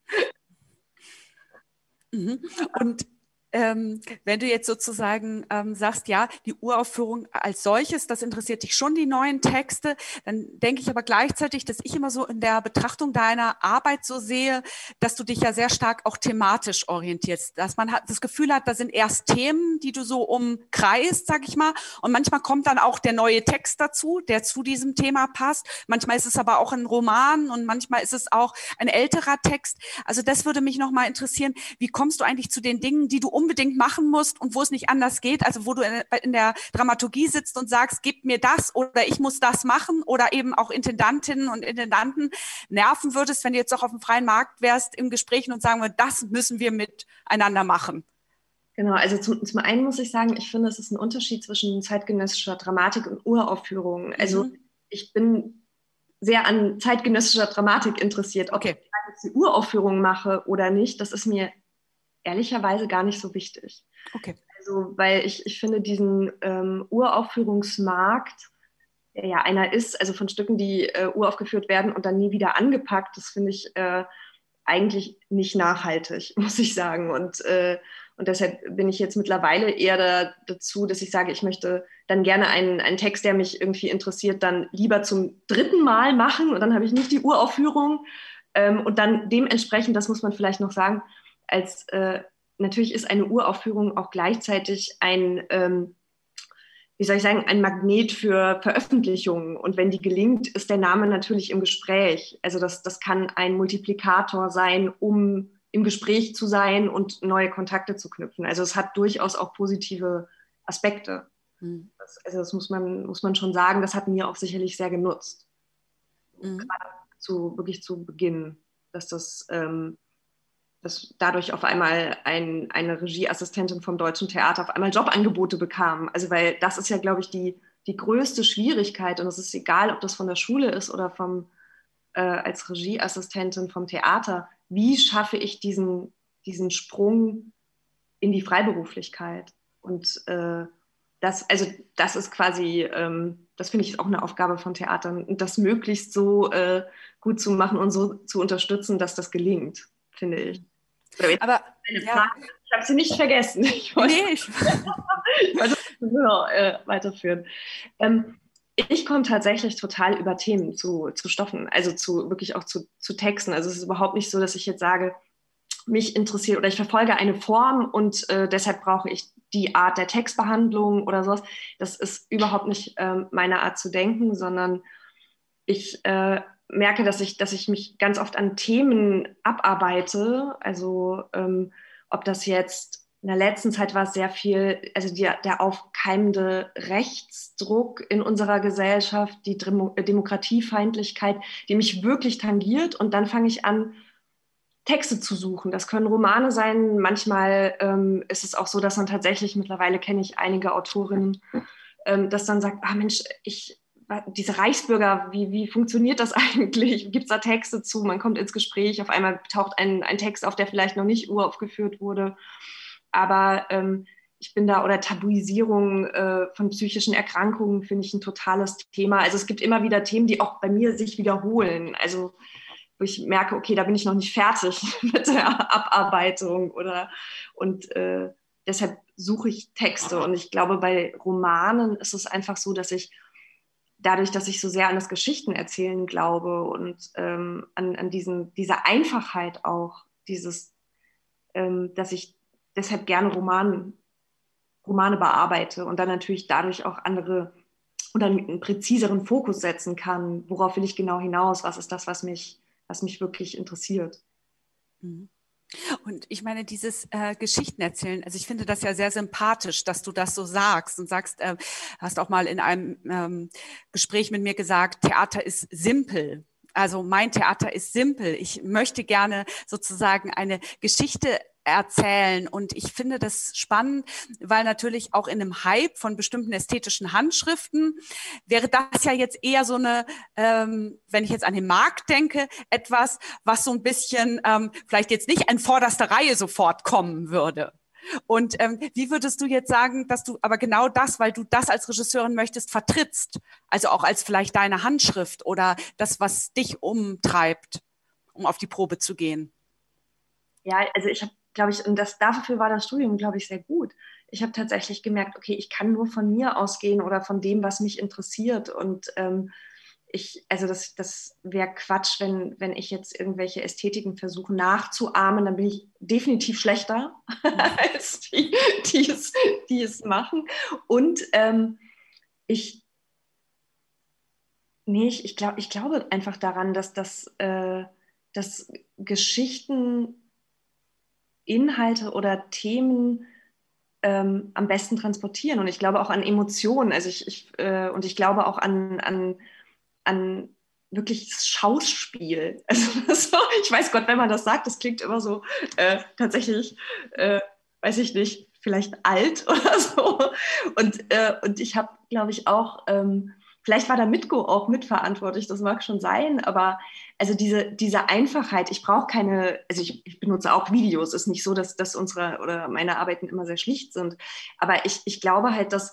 Und wenn du jetzt sozusagen sagst, ja, die Uraufführung als solches, das interessiert dich schon, die neuen Texte, dann denke ich aber gleichzeitig, dass ich immer so in der Betrachtung deiner Arbeit so sehe, dass du dich ja sehr stark auch thematisch orientierst, dass man das Gefühl hat, da sind erst Themen, die du so umkreist, sag ich mal, und manchmal kommt dann auch der neue Text dazu, der zu diesem Thema passt. Manchmal ist es aber auch ein Roman und manchmal ist es auch ein älterer Text. Also das würde mich nochmal interessieren, wie kommst du eigentlich zu den Dingen, die du unbedingt machen musst und wo es nicht anders geht, also wo du in der Dramaturgie sitzt und sagst, gib mir das oder ich muss das machen oder eben auch Intendantinnen und Intendanten nerven würdest, wenn du jetzt auch auf dem freien Markt wärst im Gespräch und sagen würdest, das müssen wir miteinander machen. Genau, also zum einen muss ich sagen, ich finde, es ist ein Unterschied zwischen zeitgenössischer Dramatik und Uraufführungen. Also ich bin sehr an zeitgenössischer Dramatik interessiert. Ob ich jetzt eine Uraufführung mache oder nicht, das ist mir ehrlicherweise gar nicht so wichtig. Okay. Also, weil ich finde diesen Uraufführungsmarkt, der ja einer ist, also von Stücken, die uraufgeführt werden und dann nie wieder angepackt, das finde ich eigentlich nicht nachhaltig, muss ich sagen. Und deshalb bin ich jetzt mittlerweile eher dazu, dass ich sage, ich möchte dann gerne einen Text, der mich irgendwie interessiert, dann lieber zum 3. Mal machen und dann habe ich nicht die Uraufführung. Und dann dementsprechend, das muss man vielleicht noch sagen, natürlich ist eine Uraufführung auch gleichzeitig ein Magnet für Veröffentlichungen. Und wenn die gelingt, ist der Name natürlich im Gespräch. Also das kann ein Multiplikator sein, um im Gespräch zu sein und neue Kontakte zu knüpfen. Also es hat durchaus auch positive Aspekte. Das muss man schon sagen, das hat mir auch sicherlich sehr genutzt. Gerade wirklich zu Beginn, dass dadurch auf einmal eine Regieassistentin vom Deutschen Theater auf einmal Jobangebote bekam. Also weil das ist ja, glaube ich, die größte Schwierigkeit und es ist egal, ob das von der Schule ist oder als Regieassistentin vom Theater. Wie schaffe ich diesen Sprung in die Freiberuflichkeit? Und das ist quasi, das finde ich auch eine Aufgabe von Theatern, das möglichst so gut zu machen und so zu unterstützen, dass das gelingt, finde ich. Aber eine Frage. Ich habe sie nicht vergessen. Ich wollte weiterführen. ich komme tatsächlich total über Themen zu Stoffen, also wirklich auch zu Texten. Also es ist überhaupt nicht so, dass ich jetzt sage, mich interessiert oder ich verfolge eine Form und deshalb brauche ich die Art der Textbehandlung oder sowas. Das ist überhaupt nicht meine Art zu denken, sondern ich merke, dass ich mich ganz oft an Themen abarbeite. Also ob das jetzt in der letzten Zeit war es sehr viel, also der aufkeimende Rechtsdruck in unserer Gesellschaft, die Demokratiefeindlichkeit, die mich wirklich tangiert. Und dann fange ich an, Texte zu suchen. Das können Romane sein. Manchmal ist es auch so, dass dann tatsächlich, mittlerweile kenne ich einige Autorinnen, das dann sagt, Mensch, diese Reichsbürger, wie funktioniert das eigentlich? Gibt es da Texte zu? Man kommt ins Gespräch, auf einmal taucht ein Text auf, der vielleicht noch nicht uraufgeführt wurde. Aber ich bin da, oder Tabuisierung von psychischen Erkrankungen finde ich ein totales Thema. Also es gibt immer wieder Themen, die auch bei mir sich wiederholen. Also wo ich merke, okay, da bin ich noch nicht fertig mit der Abarbeitung und deshalb suche ich Texte. Und ich glaube, bei Romanen ist es einfach so, dass ich dadurch, dass ich so sehr an das Geschichtenerzählen glaube und an diese Einfachheit auch, dass ich deshalb gerne Romane bearbeite und dann natürlich dadurch auch andere oder einen präziseren Fokus setzen kann. Worauf will ich genau hinaus? Was ist das, was mich wirklich interessiert? Und ich meine, dieses Geschichten erzählen, also ich finde das ja sehr sympathisch, dass du das so sagst und sagst, hast auch mal in einem Gespräch mit mir gesagt, Theater ist simpel. Also mein Theater ist simpel. Ich möchte gerne sozusagen eine Geschichte erzählen. Und ich finde das spannend, weil natürlich auch in einem Hype von bestimmten ästhetischen Handschriften wäre das ja jetzt eher so eine, wenn ich jetzt an den Markt denke, etwas, was so ein bisschen vielleicht jetzt nicht in vorderster Reihe sofort kommen würde. Und wie würdest du jetzt sagen, dass du aber genau das, weil du das als Regisseurin möchtest, vertrittst? Also auch als vielleicht deine Handschrift oder das, was dich umtreibt, um auf die Probe zu gehen? Ja, also ich habe, glaube ich, und dafür war das Studium, glaube ich, sehr gut. Ich habe tatsächlich gemerkt, okay, ich kann nur von mir ausgehen oder von dem, was mich interessiert. Und also das wäre Quatsch, wenn ich jetzt irgendwelche Ästhetiken versuche nachzuahmen, dann bin ich definitiv schlechter als die es machen. Und ich glaube einfach daran, dass Geschichten, Inhalte oder Themen am besten transportieren. Und ich glaube auch an Emotionen. Also und ich glaube auch an wirklich Schauspiel. Also ich weiß Gott, wenn man das sagt, das klingt immer so tatsächlich, weiß ich nicht, vielleicht alt oder so. Und ich habe, glaube ich, auch, vielleicht war da Mitgo auch mitverantwortlich, das mag schon sein, aber also diese Einfachheit, ich brauche keine, also ich benutze auch Videos, ist nicht so, dass unsere oder meine Arbeiten immer sehr schlicht sind, aber ich glaube halt, dass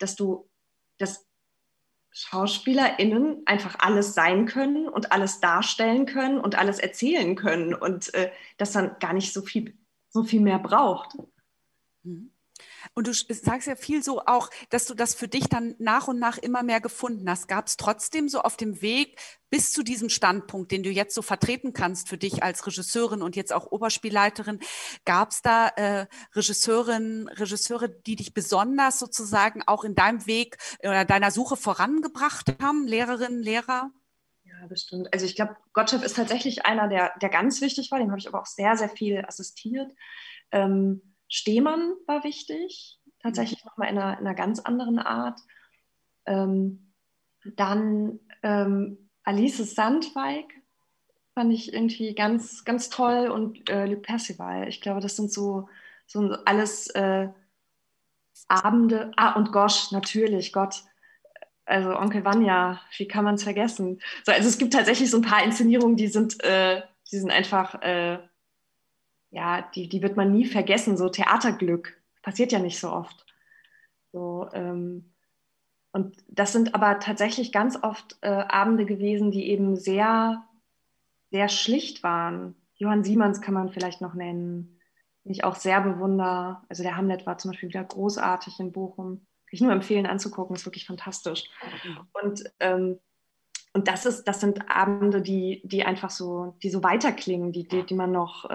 SchauspielerInnen einfach alles sein können und alles darstellen können und alles erzählen können und das dann gar nicht so viel mehr braucht. Und du sagst ja viel so auch, dass du das für dich dann nach und nach immer mehr gefunden hast. Gab es trotzdem so auf dem Weg bis zu diesem Standpunkt, den du jetzt so vertreten kannst für dich als Regisseurin und jetzt auch Oberspielleiterin, gab es da Regisseure, die dich besonders sozusagen auch in deinem Weg oder deiner Suche vorangebracht haben, Lehrerinnen, Lehrer? Ja, bestimmt. Also ich glaube, Gottschalk ist tatsächlich einer, der ganz wichtig war. Dem habe ich aber auch sehr, sehr viel assistiert. Stehmann war wichtig, tatsächlich nochmal in einer ganz anderen Art. Dann Alice Sandweig fand ich irgendwie ganz, ganz toll und Luc Percival. Ich glaube, das sind so alles Abende. Und Gosch, natürlich, Gott. Also Onkel Vanya, wie kann man es vergessen? So, also es gibt tatsächlich so ein paar Inszenierungen, die sind einfach ja, die wird man nie vergessen, so Theaterglück. Passiert ja nicht so oft. So, und das sind aber tatsächlich ganz oft Abende gewesen, die eben sehr, sehr schlicht waren. Johann Siemens kann man vielleicht noch nennen, den ich auch sehr bewundere. Also der Hamlet war zum Beispiel wieder großartig in Bochum. ich nur empfehlen anzugucken, ist wirklich fantastisch. Und das sind Abende, die einfach so, die so weiterklingen, die man noch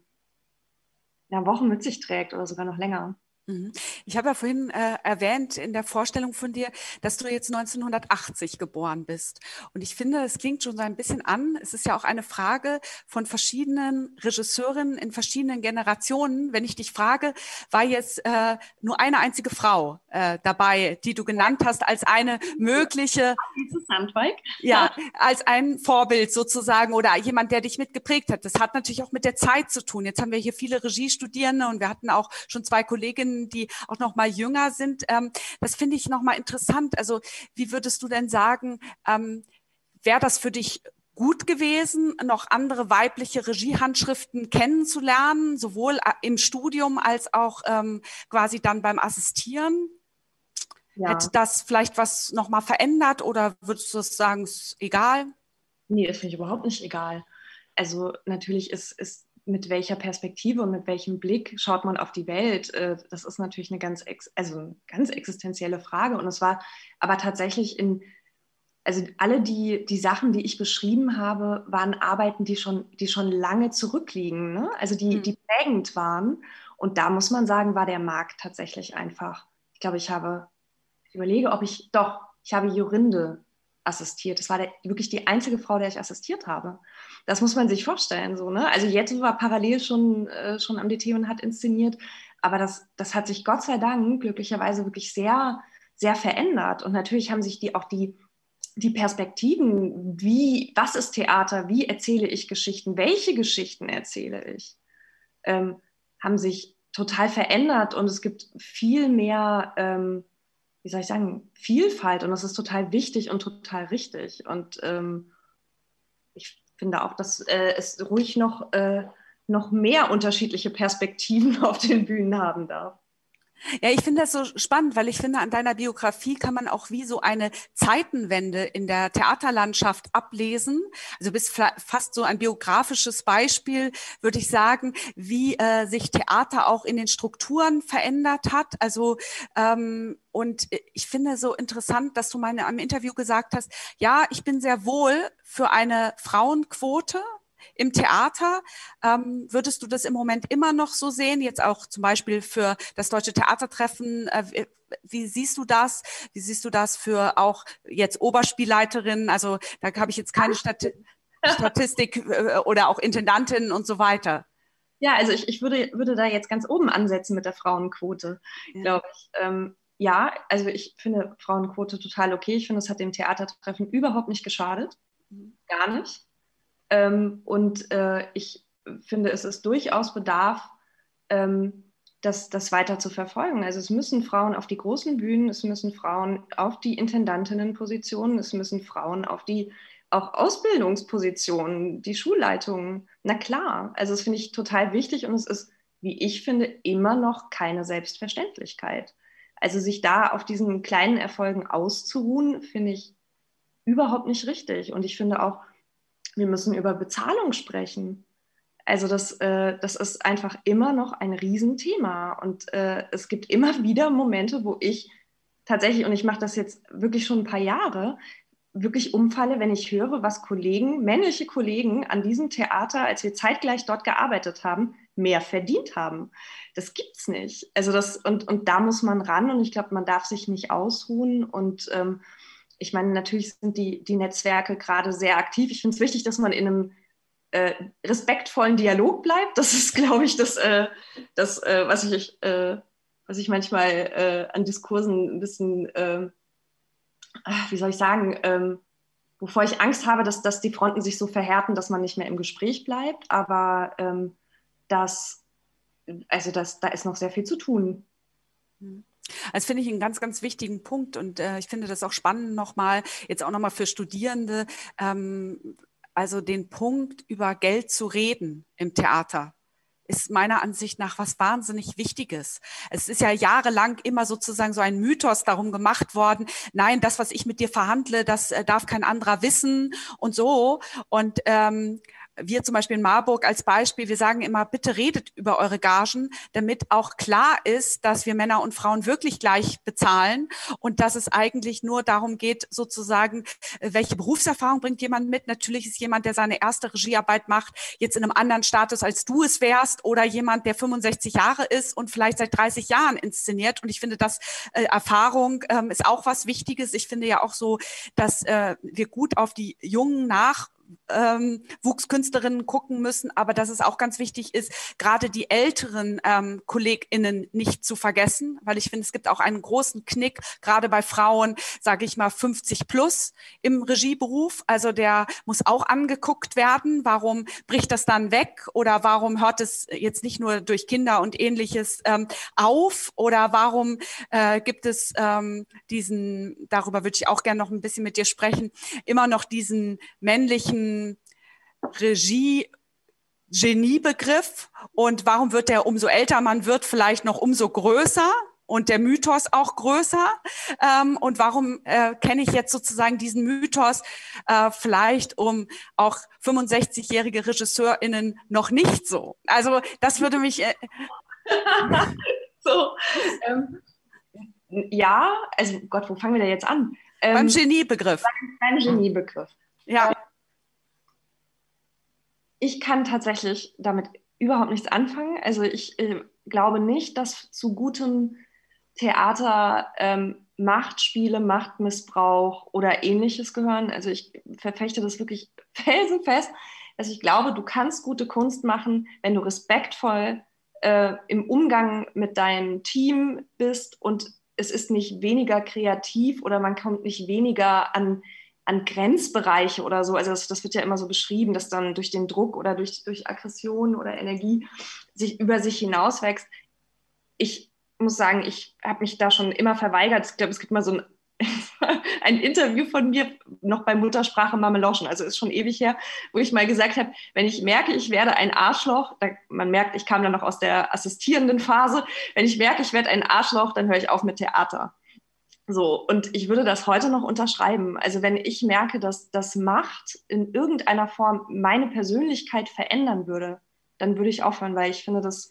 Wochen mit sich trägt oder sogar noch länger. Ich habe ja vorhin erwähnt in der Vorstellung von dir, dass du jetzt 1980 geboren bist. Und ich finde, es klingt schon so ein bisschen an. Es ist ja auch eine Frage von verschiedenen Regisseurinnen in verschiedenen Generationen. Wenn ich dich frage, war jetzt nur eine einzige Frau dabei, die du genannt hast als eine mögliche, ja, als ein Vorbild sozusagen oder jemand, der dich mitgeprägt hat. Das hat natürlich auch mit der Zeit zu tun. Jetzt haben wir hier viele Regiestudierende und wir hatten auch schon 2 Kolleginnen, die auch noch mal jünger sind. Das finde ich noch mal interessant. Also wie würdest du denn sagen, wäre das für dich gut gewesen, noch andere weibliche Regiehandschriften kennenzulernen, sowohl im Studium als auch quasi dann beim Assistieren? Ja. Hätte das vielleicht was noch mal verändert oder würdest du sagen, ist egal? Nee, ist mir überhaupt nicht egal. Also natürlich ist mit welcher Perspektive und mit welchem Blick schaut man auf die Welt? Das ist natürlich eine ganz existenzielle Frage. Und es war aber tatsächlich also alle die Sachen, die ich beschrieben habe, waren Arbeiten, die schon lange zurückliegen, ne? Also die prägend waren. Und da muss man sagen, war der Markt tatsächlich einfach. Ich glaube, ich überlege, ich habe Jorinde assistiert. Das war wirklich die einzige Frau, der ich assistiert habe. Das muss man sich vorstellen. So, ne? Also Jette war parallel schon am DT und hat inszeniert, aber das hat sich Gott sei Dank glücklicherweise wirklich sehr, sehr verändert. Und natürlich haben sich die Perspektiven, was ist Theater, wie erzähle ich Geschichten, welche Geschichten erzähle ich, haben sich total verändert und es gibt viel mehr wie soll ich sagen, Vielfalt und das ist total wichtig und total richtig. Und ich finde auch, dass es ruhig noch mehr unterschiedliche Perspektiven auf den Bühnen haben darf. Ja, ich finde das so spannend, weil ich finde, an deiner Biografie kann man auch wie so eine Zeitenwende in der Theaterlandschaft ablesen. Also du bist fast so ein biografisches Beispiel, würde ich sagen, wie sich Theater auch in den Strukturen verändert hat. Also und ich finde so interessant, dass du mal im Interview gesagt hast, ja, ich bin sehr wohl für eine Frauenquote im Theater. Würdest du das im Moment immer noch so sehen? Jetzt auch zum Beispiel für das Deutsche Theatertreffen. Wie siehst du das? Wie siehst du das für auch jetzt Oberspielleiterinnen? Also da habe ich jetzt keine Statistik oder auch Intendantinnen und so weiter. Ja, also ich würde da jetzt ganz oben ansetzen mit der Frauenquote, glaube ich. Ja, also ich finde Frauenquote total okay. Ich finde, es hat dem Theatertreffen überhaupt nicht geschadet. Gar nicht. Und ich finde, es ist durchaus Bedarf, das weiter zu verfolgen. Also es müssen Frauen auf die großen Bühnen, es müssen Frauen auf die Intendantinnenpositionen, es müssen Frauen auf die auch Ausbildungspositionen, die Schulleitungen. Na klar, also das finde ich total wichtig und es ist, wie ich finde, immer noch keine Selbstverständlichkeit. Also sich da auf diesen kleinen Erfolgen auszuruhen, finde ich überhaupt nicht richtig. Und ich finde auch, wir müssen über Bezahlung sprechen. Also das ist einfach immer noch ein Riesenthema. Und es gibt immer wieder Momente, wo ich tatsächlich, und ich mache das jetzt wirklich schon ein paar Jahre, wirklich umfalle, wenn ich höre, was männliche Kollegen an diesem Theater, als wir zeitgleich dort gearbeitet haben, mehr verdient haben. Das gibt's nicht. Also und da muss man ran und ich glaube, man darf sich nicht ausruhen und ich meine, natürlich sind die Netzwerke gerade sehr aktiv. Ich finde es wichtig, dass man in einem respektvollen Dialog bleibt. Das ist, glaube ich, was ich manchmal an Diskursen ein bisschen, wie soll ich sagen, wovor ich Angst habe, dass die Fronten sich so verhärten, dass man nicht mehr im Gespräch bleibt. Aber da ist noch sehr viel zu tun. Das finde ich einen ganz, ganz wichtigen Punkt und ich finde das auch spannend nochmal, jetzt auch nochmal für Studierende, also den Punkt über Geld zu reden im Theater ist meiner Ansicht nach was wahnsinnig Wichtiges. Es ist ja jahrelang immer sozusagen so ein Mythos darum gemacht worden, nein, das, was ich mit dir verhandle, das darf kein anderer wissen und so und wir zum Beispiel in Marburg als Beispiel, wir sagen immer, bitte redet über eure Gagen, damit auch klar ist, dass wir Männer und Frauen wirklich gleich bezahlen und dass es eigentlich nur darum geht, sozusagen, welche Berufserfahrung bringt jemand mit. Natürlich ist jemand, der seine erste Regiearbeit macht, jetzt in einem anderen Status, als du es wärst, oder jemand, der 65 Jahre ist und vielleicht seit 30 Jahren inszeniert. Und ich finde, dass Erfahrung ist auch was Wichtiges. Ich finde ja auch so, dass wir gut auf die jungen Nachwuchskünstlerinnen gucken müssen, aber dass es auch ganz wichtig ist, gerade die älteren KollegInnen nicht zu vergessen, weil ich finde, es gibt auch einen großen Knick, gerade bei Frauen, sage ich mal 50 plus im Regieberuf, also der muss auch angeguckt werden, warum bricht das dann weg oder warum hört es jetzt nicht nur durch Kinder und Ähnliches auf oder warum gibt es darüber würde ich auch gerne noch ein bisschen mit dir sprechen, immer noch diesen männlichen Regie-Genie-Begriff und warum wird der, umso älter man wird, vielleicht noch umso größer und der Mythos auch größer und warum kenne ich jetzt sozusagen diesen Mythos vielleicht um auch 65-jährige RegisseurInnen noch nicht so. Also das würde mich... so, ja, also Gott, wo fangen wir da jetzt an? Beim Geniebegriff. Beim Geniebegriff. Ja. Ich kann tatsächlich damit überhaupt nichts anfangen. Also ich glaube nicht, dass zu gutem Theater Machtspiele, Machtmissbrauch oder Ähnliches gehören. Also ich verfechte das wirklich felsenfest, dass ich glaube, du kannst gute Kunst machen, wenn du respektvoll im Umgang mit deinem Team bist und es ist nicht weniger kreativ oder man kommt nicht weniger an Grenzbereiche oder so. Also das wird ja immer so beschrieben, dass dann durch den Druck oder durch Aggression oder Energie sich über sich hinauswächst. Ich muss sagen, ich habe mich da schon immer verweigert. Ich glaube, es gibt mal so ein Interview von mir, noch bei Muttersprache Mameloschen, also ist schon ewig her, wo ich mal gesagt habe, wenn ich merke, ich werde ein Arschloch, man merkt, ich kam dann noch aus der assistierenden Phase, wenn ich merke, ich werde ein Arschloch, dann höre ich auf mit Theater. So, und ich würde das heute noch unterschreiben. Also wenn ich merke, dass das Macht in irgendeiner Form meine Persönlichkeit verändern würde, dann würde ich aufhören, weil ich finde, das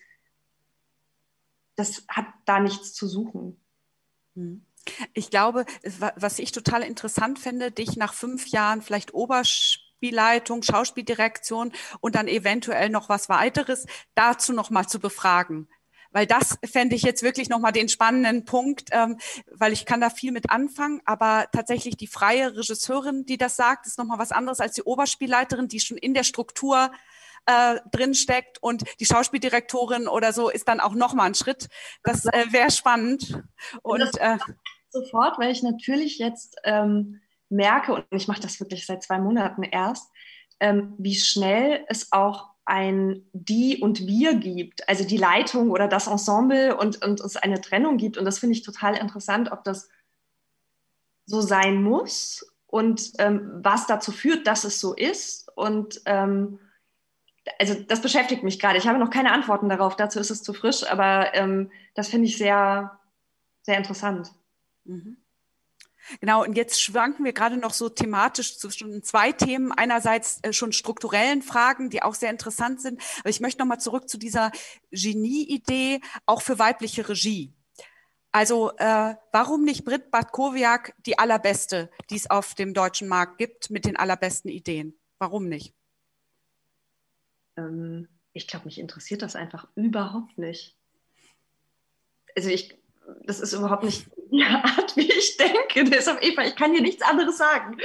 hat da nichts zu suchen. Ich glaube, was ich total interessant finde, dich nach 5 Jahren vielleicht Oberspielleitung, Schauspieldirektion und dann eventuell noch was weiteres dazu noch mal zu befragen. Weil das fände ich jetzt wirklich nochmal den spannenden Punkt, weil ich kann da viel mit anfangen, aber tatsächlich die freie Regisseurin, die das sagt, ist nochmal was anderes als die Oberspielleiterin, die schon in der Struktur drin steckt und die Schauspieldirektorin oder so ist dann auch nochmal ein Schritt. Das wäre spannend. Und sofort, weil ich natürlich jetzt merke, und ich mache das wirklich seit 2 Monaten erst, wie schnell es auch ein Die und Wir gibt, also die Leitung oder das Ensemble und es eine Trennung gibt. Und das finde ich total interessant, ob das so sein muss und was dazu führt, dass es so ist. Und also das beschäftigt mich gerade. Ich habe noch keine Antworten darauf, dazu ist es zu frisch, aber das finde ich sehr, sehr interessant. Mhm. Genau, und jetzt schwanken wir gerade noch so thematisch zwischen 2 Themen. Einerseits schon strukturellen Fragen, die auch sehr interessant sind. Aber ich möchte nochmal zurück zu dieser Genie-Idee, auch für weibliche Regie. Also warum nicht Britt Bartkowiak die allerbeste, die es auf dem deutschen Markt gibt, mit den allerbesten Ideen? Warum nicht? Ich glaube, mich interessiert das einfach überhaupt nicht. Also das ist überhaupt nicht die Art, wie ich denke. Deshalb, Eva, ich kann dir nichts anderes sagen.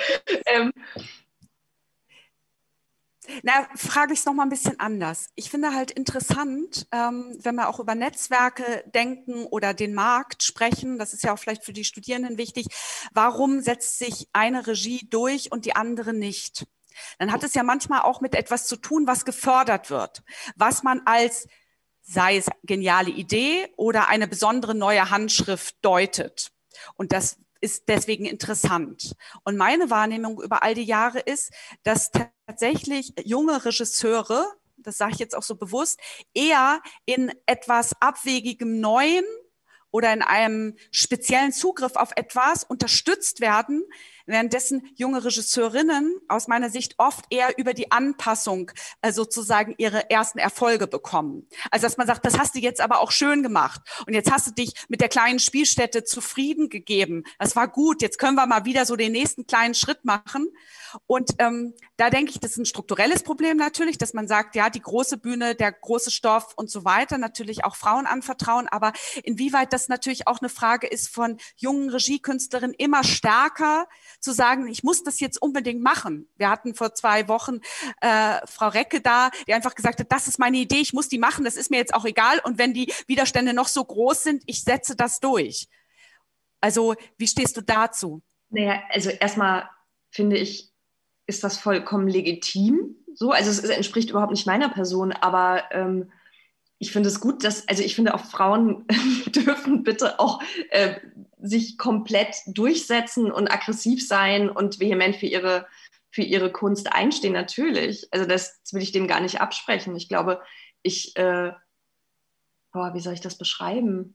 Frage ich es nochmal ein bisschen anders. Ich finde halt interessant, wenn wir auch über Netzwerke denken oder den Markt sprechen, das ist ja auch vielleicht für die Studierenden wichtig, warum setzt sich eine Regie durch und die andere nicht? Dann hat es ja manchmal auch mit etwas zu tun, was gefördert wird, was man als, sei es geniale Idee oder eine besondere neue Handschrift deutet. Und das ist deswegen interessant. Und meine Wahrnehmung über all die Jahre ist, dass tatsächlich junge Regisseure, das sage ich jetzt auch so bewusst, eher in etwas abwegigem Neuen oder in einem speziellen Zugriff auf etwas unterstützt werden, währenddessen junge Regisseurinnen aus meiner Sicht oft eher über die Anpassung sozusagen ihre ersten Erfolge bekommen. Also dass man sagt, das hast du jetzt aber auch schön gemacht und jetzt hast du dich mit der kleinen Spielstätte zufrieden gegeben. Das war gut, jetzt können wir mal wieder so den nächsten kleinen Schritt machen. Und da denke ich, das ist ein strukturelles Problem natürlich, dass man sagt, ja, die große Bühne, der große Stoff und so weiter, natürlich auch Frauen anvertrauen, aber inwieweit das natürlich auch eine Frage ist von jungen Regiekünstlerinnen immer stärker zu sagen, ich muss das jetzt unbedingt machen. Wir hatten vor 2 Wochen Frau Recke da, die einfach gesagt hat, das ist meine Idee, ich muss die machen, das ist mir jetzt auch egal und wenn die Widerstände noch so groß sind, ich setze das durch. Also wie stehst du dazu? Naja, also erstmal finde ich, ist das vollkommen legitim. So, also es entspricht überhaupt nicht meiner Person, aber ich finde es gut, ich finde auch Frauen dürfen bitte auch sich komplett durchsetzen und aggressiv sein und vehement für ihre Kunst einstehen, natürlich. Also das will ich dem gar nicht absprechen. Ich glaube, wie soll ich das beschreiben?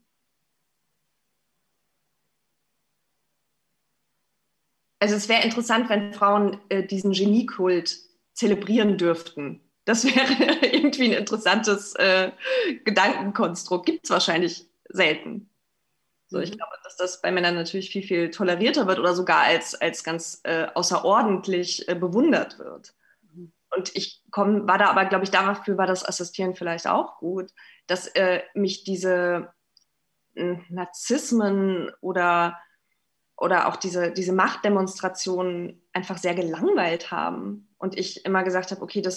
Also es wäre interessant, wenn Frauen diesen Geniekult zelebrieren dürften. Das wäre irgendwie ein interessantes Gedankenkonstrukt. Gibt es wahrscheinlich selten. So, ich glaube, dass das bei Männern natürlich viel, viel tolerierter wird oder sogar als ganz außerordentlich bewundert wird. Und war da aber, glaube ich, dafür war das Assistieren vielleicht auch gut, dass mich diese Narzissmen oder auch diese Machtdemonstrationen einfach sehr gelangweilt haben. Und ich immer gesagt habe, okay,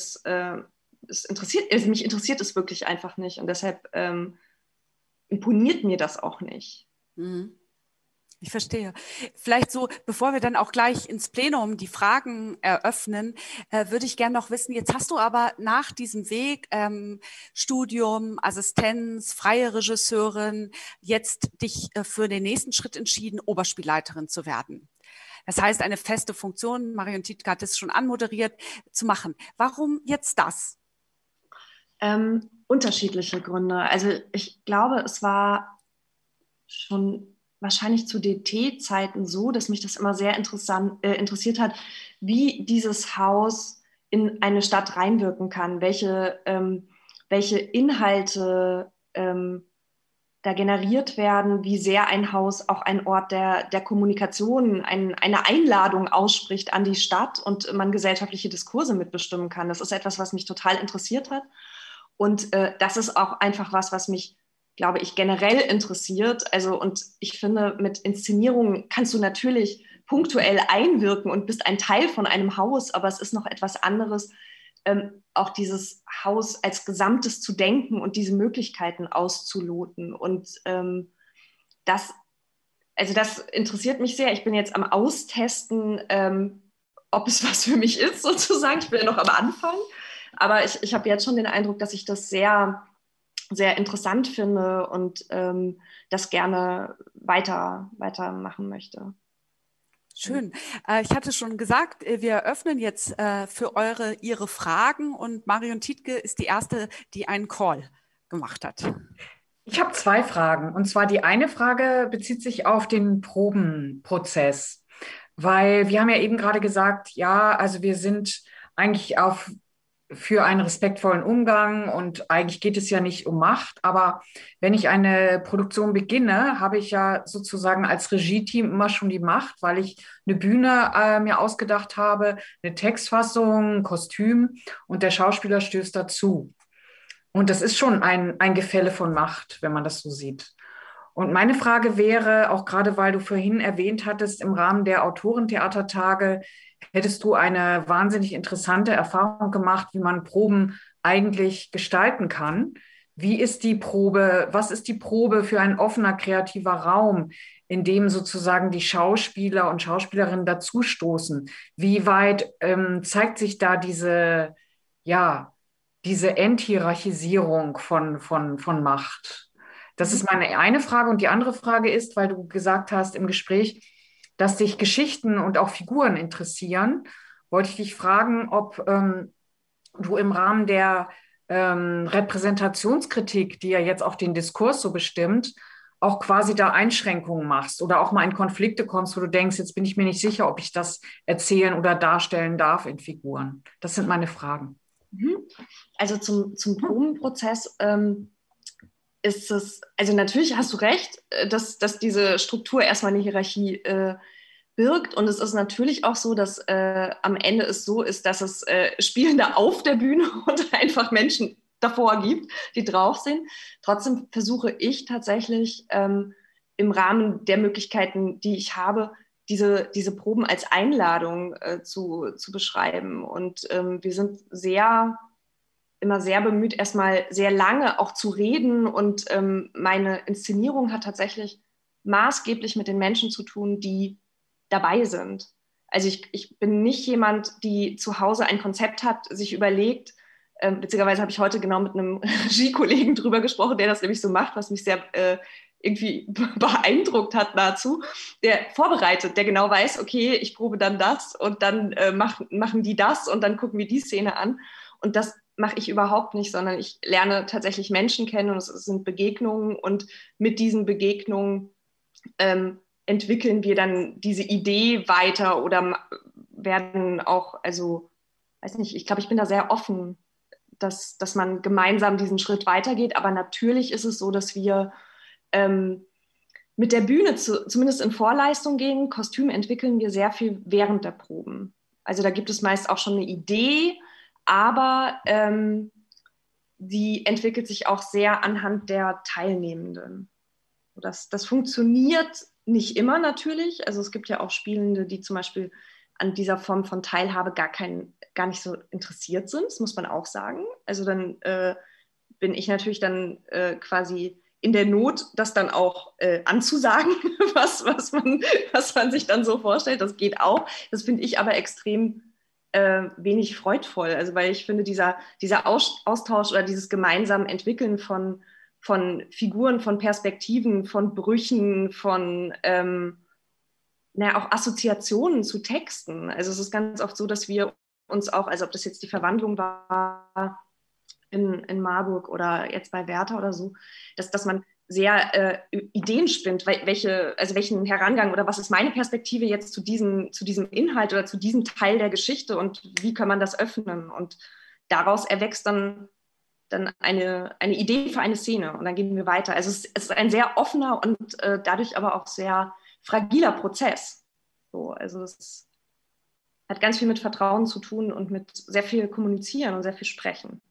mich interessiert es wirklich einfach nicht. Und deshalb imponiert mir das auch nicht. Ich verstehe. Vielleicht so, bevor wir dann auch gleich ins Plenum die Fragen eröffnen, würde ich gerne noch wissen, jetzt hast du aber nach diesem Weg, Studium, Assistenz, freie Regisseurin, jetzt dich für den nächsten Schritt entschieden, Oberspielleiterin zu werden. Das heißt, eine feste Funktion, Marion Tiedtke hat es schon anmoderiert, zu machen. Warum jetzt das? Unterschiedliche Gründe. Also ich glaube, es war schon wahrscheinlich zu DT-Zeiten so, dass mich das immer sehr interessiert hat, wie dieses Haus in eine Stadt reinwirken kann, welche Inhalte da generiert werden, wie sehr ein Haus auch ein Ort der Kommunikation, eine Einladung ausspricht an die Stadt und man gesellschaftliche Diskurse mitbestimmen kann. Das ist etwas, was mich total interessiert hat. Und das ist auch einfach was mich, glaube ich, generell interessiert. Also, und ich finde, mit Inszenierungen kannst du natürlich punktuell einwirken und bist ein Teil von einem Haus, aber es ist noch etwas anderes, auch dieses Haus als Gesamtes zu denken und diese Möglichkeiten auszuloten. Und das interessiert mich sehr. Ich bin jetzt am Austesten, ob es was für mich ist, sozusagen. Ich bin ja noch am Anfang. Aber ich habe jetzt schon den Eindruck, dass ich das sehr, sehr interessant finde und das gerne weitermachen möchte. Schön. Ich hatte schon gesagt, wir öffnen jetzt für Ihre Fragen und Marion Tiedtke ist die Erste, die einen Call gemacht hat. Ich habe 2 Fragen. Und zwar die eine Frage bezieht sich auf den Probenprozess, weil wir haben ja eben gerade gesagt, ja, also wir sind eigentlich für einen respektvollen Umgang und eigentlich geht es ja nicht um Macht, aber wenn ich eine Produktion beginne, habe ich ja sozusagen als Regie-Team immer schon die Macht, weil ich eine Bühne mir ausgedacht habe, eine Textfassung, ein Kostüm und der Schauspieler stößt dazu. Und das ist schon ein Gefälle von Macht, wenn man das so sieht. Und meine Frage wäre, auch gerade weil du vorhin erwähnt hattest, im Rahmen der Autorentheatertage, hättest du eine wahnsinnig interessante Erfahrung gemacht, wie man Proben eigentlich gestalten kann. Wie ist die Probe, was ist die Probe für ein offener, kreativer Raum, in dem sozusagen die Schauspieler und Schauspielerinnen dazustoßen? Wie weit zeigt sich da diese Enthierarchisierung von Macht? Das ist meine eine Frage. Und die andere Frage ist, weil du gesagt hast im Gespräch, dass dich Geschichten und auch Figuren interessieren, wollte ich dich fragen, ob du im Rahmen der Repräsentationskritik, die ja jetzt auch den Diskurs so bestimmt, auch quasi da Einschränkungen machst oder auch mal in Konflikte kommst, wo du denkst, jetzt bin ich mir nicht sicher, ob ich das erzählen oder darstellen darf in Figuren. Das sind meine Fragen. Also zum Probenprozess ist es, also natürlich hast du recht, dass diese Struktur erstmal eine Hierarchie birgt, und es ist natürlich auch so, dass am Ende es so ist, dass es Spielende auf der Bühne und einfach Menschen davor gibt, die drauf sind. Trotzdem versuche ich tatsächlich im Rahmen der Möglichkeiten, die ich habe, diese Proben als Einladung zu beschreiben. Und wir sind immer sehr bemüht, erstmal sehr lange auch zu reden. Und meine Inszenierung hat tatsächlich maßgeblich mit den Menschen zu tun, die dabei sind. Also ich bin nicht jemand, die zu Hause ein Konzept hat, sich überlegt, beziehungsweise habe ich heute genau mit einem Regiekollegen drüber gesprochen, der das nämlich so macht, was mich sehr irgendwie beeindruckt hat dazu, der vorbereitet, der genau weiß, okay, ich probe dann das und dann machen die das und dann gucken wir die Szene an. Und das mache ich überhaupt nicht, sondern ich lerne tatsächlich Menschen kennen, und es sind Begegnungen, und mit diesen Begegnungen entwickeln wir dann diese Idee weiter oder werden auch, also weiß nicht, ich glaube, ich bin da sehr offen, dass man gemeinsam diesen Schritt weitergeht. Aber natürlich ist es so, dass wir mit der Bühne zumindest in Vorleistung gehen. Kostüm entwickeln wir sehr viel während der Proben. Also da gibt es meist auch schon eine Idee, aber die entwickelt sich auch sehr anhand der Teilnehmenden. Das funktioniert nicht immer natürlich. Also es gibt ja auch Spielende, die zum Beispiel an dieser Form von Teilhabe gar nicht so interessiert sind. Das muss man auch sagen. Also dann bin ich natürlich dann quasi in der Not, das dann auch anzusagen, was man sich dann so vorstellt. Das geht auch. Das finde ich aber extrem wenig freudvoll. Also weil ich finde, dieser Austausch oder dieses gemeinsame Entwickeln von Figuren, von Perspektiven, von Brüchen, von auch Assoziationen zu Texten. Also es ist ganz oft so, dass wir uns auch, also ob das jetzt die Verwandlung war in Marburg oder jetzt bei Werther oder so, dass man sehr Ideen spinnt, welchen Herangang oder was ist meine Perspektive jetzt zu diesem Inhalt oder zu diesem Teil der Geschichte und wie kann man das öffnen? Und daraus erwächst dann eine Idee für eine Szene und dann gehen wir weiter. Also es ist ein sehr offener und dadurch aber auch sehr fragiler Prozess. So, also es hat ganz viel mit Vertrauen zu tun und mit sehr viel Kommunizieren und sehr viel Sprechen.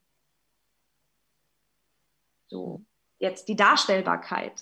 So, jetzt die Darstellbarkeit.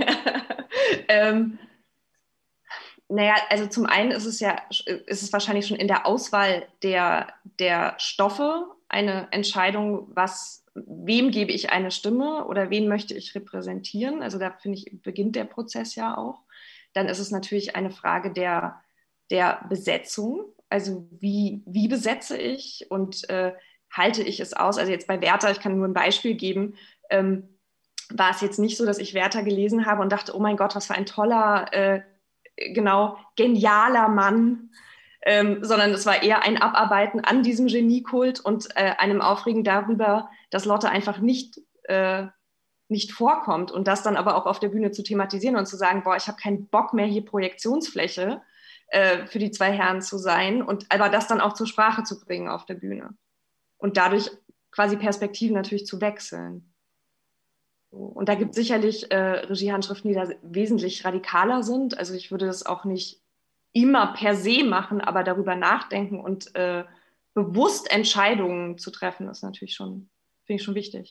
Also zum einen ist es wahrscheinlich schon in der Auswahl der Stoffe eine Entscheidung, wem gebe ich eine Stimme oder wen möchte ich repräsentieren. Also da finde ich, beginnt der Prozess ja auch. Dann ist es natürlich eine Frage der Besetzung. Also wie besetze ich und halte ich es aus? Also jetzt bei Werther, ich kann nur ein Beispiel geben, war es jetzt nicht so, dass ich Werther gelesen habe und dachte, oh mein Gott, was für ein toller, genialer Mann, sondern es war eher ein Abarbeiten an diesem Geniekult und einem Aufregen darüber, dass Lotte einfach nicht vorkommt und das dann aber auch auf der Bühne zu thematisieren und zu sagen, boah, ich habe keinen Bock mehr, hier Projektionsfläche für die zwei Herren zu sein und aber das dann auch zur Sprache zu bringen auf der Bühne und dadurch quasi Perspektiven natürlich zu wechseln. Und da gibt es sicherlich Regiehandschriften, die da wesentlich radikaler sind. Also ich würde das auch nicht immer per se machen, aber darüber nachdenken und bewusst Entscheidungen zu treffen, ist natürlich finde ich schon wichtig.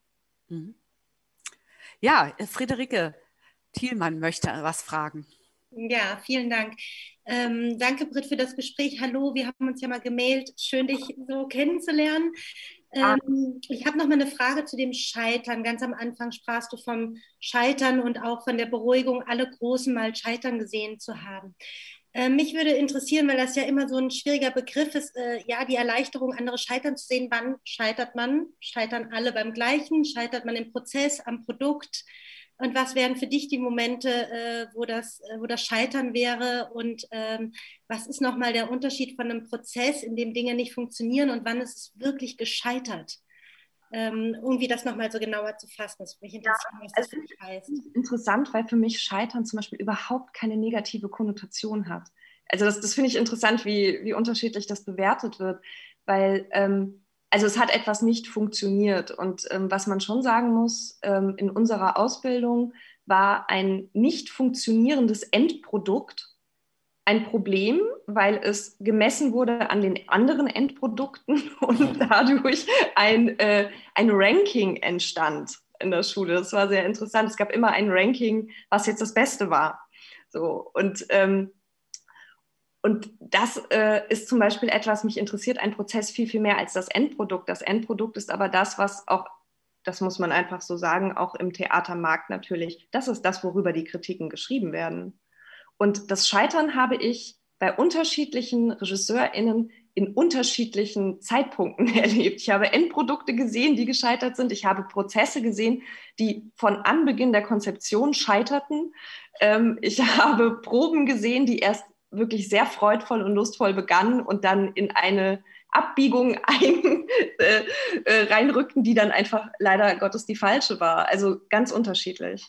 Ja, Friederike Thielmann möchte was fragen. Ja, vielen Dank. Danke, Britt, für das Gespräch. Hallo, wir haben uns ja mal gemailt. Schön, dich so kennenzulernen. Ich habe noch mal eine Frage zu dem Scheitern. Ganz am Anfang sprachst du vom Scheitern und auch von der Beruhigung, alle Großen mal scheitern gesehen zu haben. Mich würde interessieren, weil das ja immer so ein schwieriger Begriff ist, die Erleichterung, andere scheitern zu sehen. Wann scheitert man? Scheitern alle beim Gleichen? Scheitert man im Prozess, am Produkt? Und was wären für dich die Momente, wo das Scheitern wäre? Und was ist nochmal der Unterschied von einem Prozess, in dem Dinge nicht funktionieren und wann ist es wirklich gescheitert? irgendwie das nochmal so genauer zu fassen. Das würde mich interessieren, was das für mich heißt. Interessant, weil für mich Scheitern zum Beispiel überhaupt keine negative Konnotation hat. Also das finde ich interessant, wie unterschiedlich das bewertet wird, weil also es hat etwas nicht funktioniert. Und was man schon sagen muss, in unserer Ausbildung war ein nicht funktionierendes Endprodukt ein Problem, weil es gemessen wurde an den anderen Endprodukten und dadurch ein Ranking entstand in der Schule. Das war sehr interessant. Es gab immer ein Ranking, was jetzt das Beste war. So, und das ist zum Beispiel etwas, mich interessiert ein Prozess viel, viel mehr als das Endprodukt. Das Endprodukt ist aber das, was auch, das muss man einfach so sagen, auch im Theatermarkt natürlich, das ist das, worüber die Kritiken geschrieben werden. Und das Scheitern habe ich bei unterschiedlichen RegisseurInnen in unterschiedlichen Zeitpunkten erlebt. Ich habe Endprodukte gesehen, die gescheitert sind. Ich habe Prozesse gesehen, die von Anbeginn der Konzeption scheiterten. Ich habe Proben gesehen, die erst wirklich sehr freudvoll und lustvoll begannen und dann in eine Abbiegung reinrückten, die dann einfach leider Gottes die falsche war. Also ganz unterschiedlich.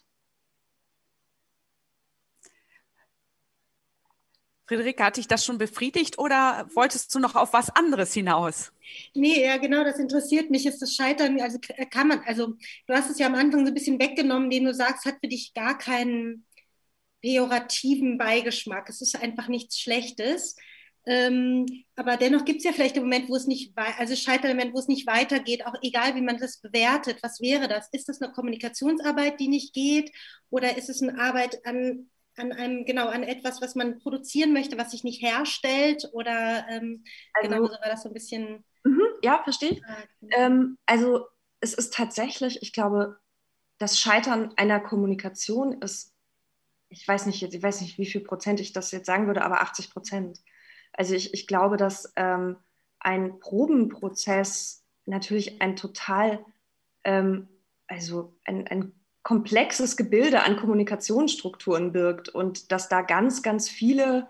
Friederike, hat dich das schon befriedigt oder wolltest du noch auf was anderes hinaus? Nee, ja, genau, das interessiert mich. Ist das Scheitern, also kann man, also du hast es ja am Anfang so ein bisschen weggenommen, den du sagst, hat für dich gar keinen pejorativen Beigeschmack. Es ist einfach nichts Schlechtes. Aber dennoch gibt es ja vielleicht einen Moment, wo es nicht, also Scheitern, im Moment, wo es nicht weitergeht, auch egal, wie man das bewertet. Was wäre das? Ist das eine Kommunikationsarbeit, die nicht geht? Oder ist es eine Arbeit an einem, genau, an etwas, was man produzieren möchte, was sich nicht herstellt? Oder genau, so war das so ein bisschen. Ja, verstehe ich. Also es ist tatsächlich, ich glaube, das Scheitern einer Kommunikation ist, ich weiß nicht, wie viel Prozent ich das jetzt sagen würde, aber 80%. Also ich glaube, dass ein Probenprozess natürlich ein total, also ein komplexes Gebilde an Kommunikationsstrukturen birgt und dass da ganz, ganz viele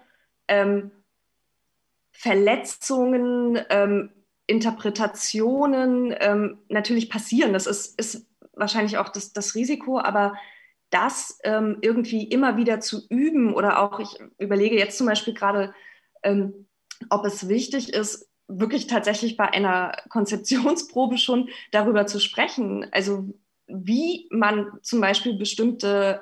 Verletzungen, Interpretationen natürlich passieren. Das ist wahrscheinlich auch das Risiko, aber das irgendwie immer wieder zu üben oder auch, ich überlege jetzt zum Beispiel gerade, ob es wichtig ist, wirklich tatsächlich bei einer Konzeptionsprobe schon darüber zu sprechen. Also wie man zum Beispiel bestimmte,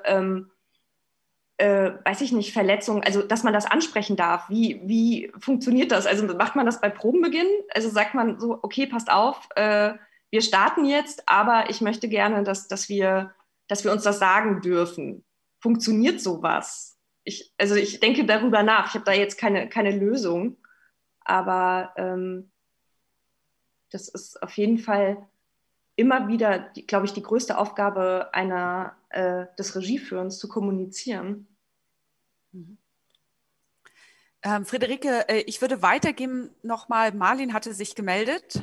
weiß ich nicht, Verletzungen, also dass man das ansprechen darf. Wie funktioniert das? Also macht man das bei Probenbeginn? Also sagt man so, okay, passt auf, wir starten jetzt, aber ich möchte gerne, dass wir uns das sagen dürfen. Funktioniert sowas? Ich denke darüber nach. Ich habe da jetzt keine Lösung, aber das ist auf jeden Fall immer wieder, glaube ich, die größte Aufgabe des Regieführens, zu kommunizieren. Friederike, ich würde weitergeben nochmal. Marlin hatte sich gemeldet.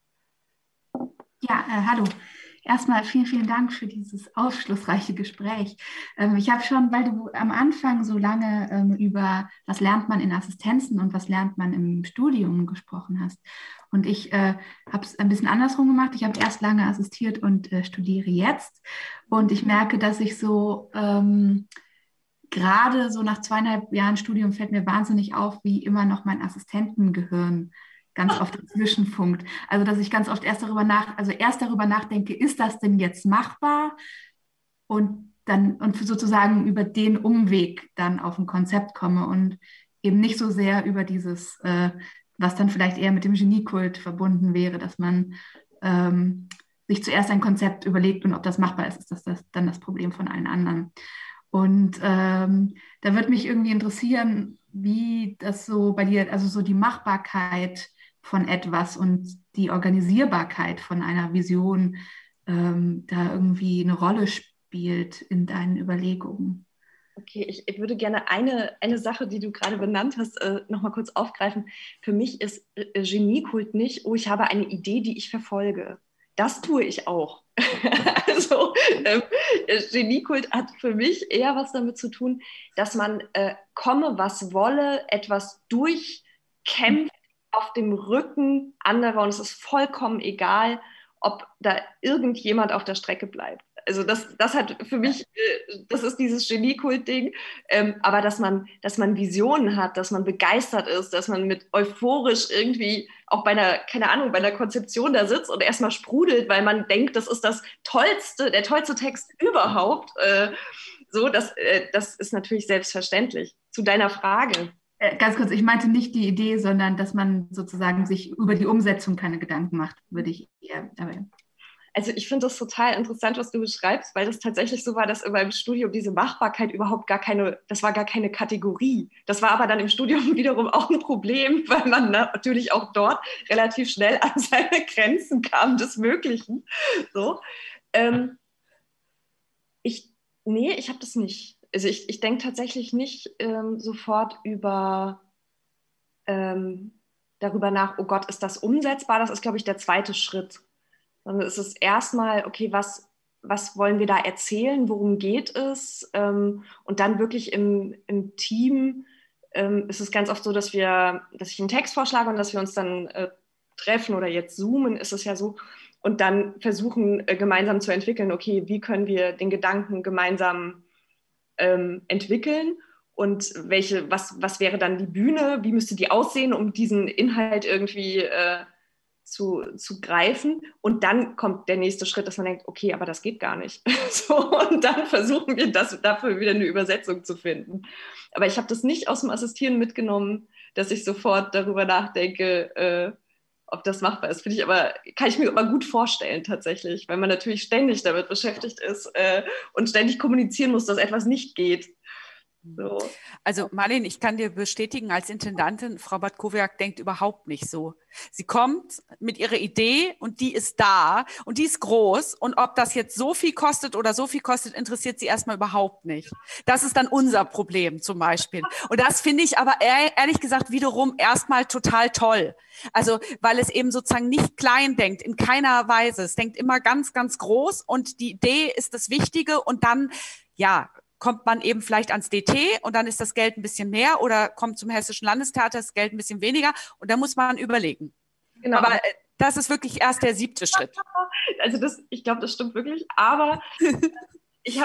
Ja, hallo. Erstmal vielen, vielen Dank für dieses aufschlussreiche Gespräch. Ich habe schon, weil du am Anfang so lange über was lernt man in Assistenzen und was lernt man im Studium gesprochen hast. Und ich habe es ein bisschen andersrum gemacht. Ich habe erst lange assistiert und studiere jetzt. Und ich merke, dass ich so gerade so nach 2,5 Jahren Studium fällt mir wahnsinnig auf, wie immer noch mein Assistentengehirn ganz oft dazwischen funkt. Also dass ich ganz oft erst darüber nachdenke, ist das denn jetzt machbar? Und sozusagen über den Umweg dann auf ein Konzept komme und eben nicht so sehr über dieses, was dann vielleicht eher mit dem Geniekult verbunden wäre, dass man sich zuerst ein Konzept überlegt und ob das machbar ist das dann das Problem von allen anderen. Und da würde mich irgendwie interessieren, wie das so bei dir, also so die Machbarkeit von etwas und die Organisierbarkeit von einer Vision da irgendwie eine Rolle spielt in deinen Überlegungen. Okay, ich würde gerne eine Sache, die du gerade benannt hast, nochmal kurz aufgreifen. Für mich ist Geniekult nicht, oh, ich habe eine Idee, die ich verfolge. Das tue ich auch. Also Geniekult hat für mich eher was damit zu tun, dass man komme, was wolle, etwas durchkämpft auf dem Rücken anderer und es ist vollkommen egal, ob da irgendjemand auf der Strecke bleibt. Also das hat für mich, das ist dieses Genie-Kult-Ding, aber dass man Visionen hat, dass man begeistert ist, dass man mit euphorisch irgendwie auch bei einer, keine Ahnung, bei einer Konzeption da sitzt und erstmal sprudelt, weil man denkt, das ist der tollste Text überhaupt. Das ist natürlich selbstverständlich. Zu deiner Frage. Ganz kurz, ich meinte nicht die Idee, sondern dass man sozusagen sich über die Umsetzung keine Gedanken macht, würde ich eher dabei. Also ich finde das total interessant, was du beschreibst, weil das tatsächlich so war, dass in meinem Studium diese Machbarkeit überhaupt gar keine Kategorie. Das war aber dann im Studium wiederum auch ein Problem, weil man natürlich auch dort relativ schnell an seine Grenzen kam des Möglichen. So. Ich habe das nicht. Also ich denke tatsächlich nicht sofort darüber nach, oh Gott, ist das umsetzbar? Das ist, glaube ich, der zweite Schritt. Sondern es ist erstmal, okay, was wollen wir da erzählen? Worum geht es? Und dann wirklich im Team ist es ganz oft so, dass ich einen Text vorschlage und dass wir uns dann treffen oder jetzt zoomen, ist es ja so, und dann versuchen gemeinsam zu entwickeln, okay, wie können wir den Gedanken gemeinsam entwickeln und was wäre dann die Bühne, wie müsste die aussehen, um diesen Inhalt irgendwie zu greifen, und dann kommt der nächste Schritt, dass man denkt, okay, aber das geht gar nicht. Und dann versuchen wir dafür wieder eine Übersetzung zu finden. Aber ich habe das nicht aus dem Assistieren mitgenommen, dass ich sofort darüber nachdenke, ob das machbar ist. Kann ich mir aber gut vorstellen tatsächlich, weil man natürlich ständig damit beschäftigt ist und ständig kommunizieren muss, dass etwas nicht geht. So. Also Marlene, ich kann dir bestätigen, als Intendantin, Frau Bartkowiak denkt überhaupt nicht so. Sie kommt mit ihrer Idee und die ist da und die ist groß, und ob das jetzt so viel kostet oder so viel kostet, interessiert sie erstmal überhaupt nicht. Das ist dann unser Problem zum Beispiel. Und das finde ich aber ehrlich gesagt wiederum erstmal total toll. Also weil es eben sozusagen nicht klein denkt, in keiner Weise. Es denkt immer ganz, ganz groß, und die Idee ist das Wichtige, und dann, ja, kommt man eben vielleicht ans DT und dann ist das Geld ein bisschen mehr, oder kommt zum Hessischen Landestheater, das Geld ein bisschen weniger, und da muss man überlegen. Genau. Aber das ist wirklich erst der 7. Schritt. Also ich glaube, das stimmt wirklich, aber ich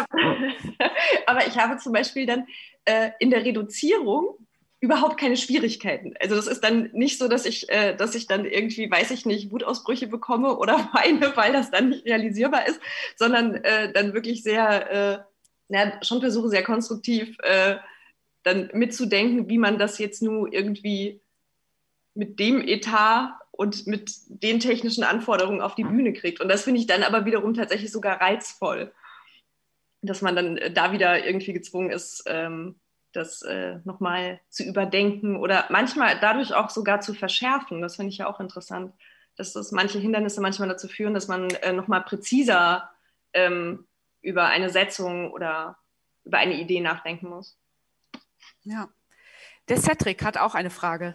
habe zum Beispiel dann in der Reduzierung überhaupt keine Schwierigkeiten. Also das ist dann nicht so, dass ich dann irgendwie, weiß ich nicht, Wutausbrüche bekomme oder weine, weil das dann nicht realisierbar ist, sondern dann wirklich sehr schon versuche, sehr konstruktiv dann mitzudenken, wie man das jetzt nur irgendwie mit dem Etat und mit den technischen Anforderungen auf die Bühne kriegt. Und das finde ich dann aber wiederum tatsächlich sogar reizvoll, dass man dann da wieder irgendwie gezwungen ist, das nochmal zu überdenken oder manchmal dadurch auch sogar zu verschärfen. Das finde ich ja auch interessant, dass manche Hindernisse manchmal dazu führen, dass man nochmal präziser über eine Setzung oder über eine Idee nachdenken muss. Ja. Der Cedric hat auch eine Frage.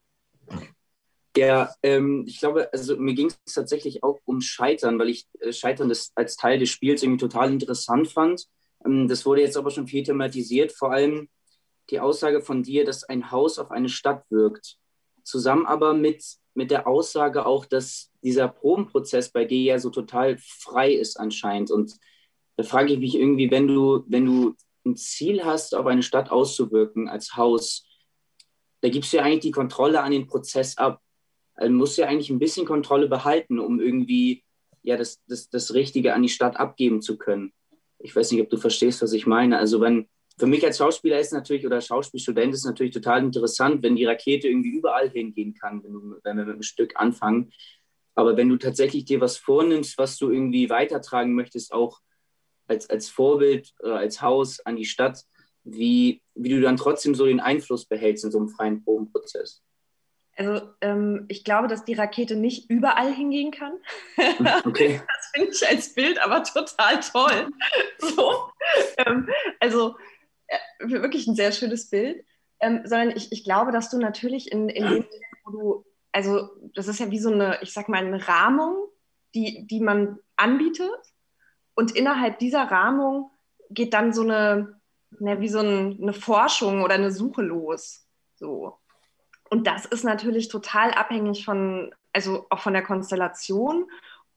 Ja, ich glaube, also mir ging es tatsächlich auch um Scheitern, weil ich Scheitern als Teil des Spiels irgendwie total interessant fand. Das wurde jetzt aber schon viel thematisiert, vor allem die Aussage von dir, dass ein Haus auf eine Stadt wirkt. Zusammen aber mit der Aussage auch, dass dieser Probenprozess bei dir ja so total frei ist anscheinend. Und da frage ich mich irgendwie, wenn du ein Ziel hast, auf eine Stadt auszuwirken als Haus, da gibst du ja eigentlich die Kontrolle an den Prozess ab. Also musst du ja eigentlich ein bisschen Kontrolle behalten, um irgendwie ja das Richtige an die Stadt abgeben zu können. Ich weiß nicht, ob du verstehst, was ich meine. Also für mich als Schauspieler ist natürlich, oder Schauspielstudent ist natürlich total interessant, wenn die Rakete irgendwie überall hingehen kann, wenn wir mit einem Stück anfangen. Aber wenn du tatsächlich dir was vornimmst, was du irgendwie weitertragen möchtest, auch als Vorbild oder als Haus an die Stadt, wie du dann trotzdem so den Einfluss behältst in so einem freien Probenprozess. Also ich glaube, dass die Rakete nicht überall hingehen kann. Okay. Das finde ich als Bild aber total toll. So, also wirklich ein sehr schönes Bild. Sondern ich glaube, dass du natürlich in dem, wo du, also das ist ja wie so eine, ich sag mal, eine Rahmung, die man anbietet. Und innerhalb dieser Rahmung geht dann so eine Forschung oder eine Suche los. So. Und das ist natürlich total abhängig auch von der Konstellation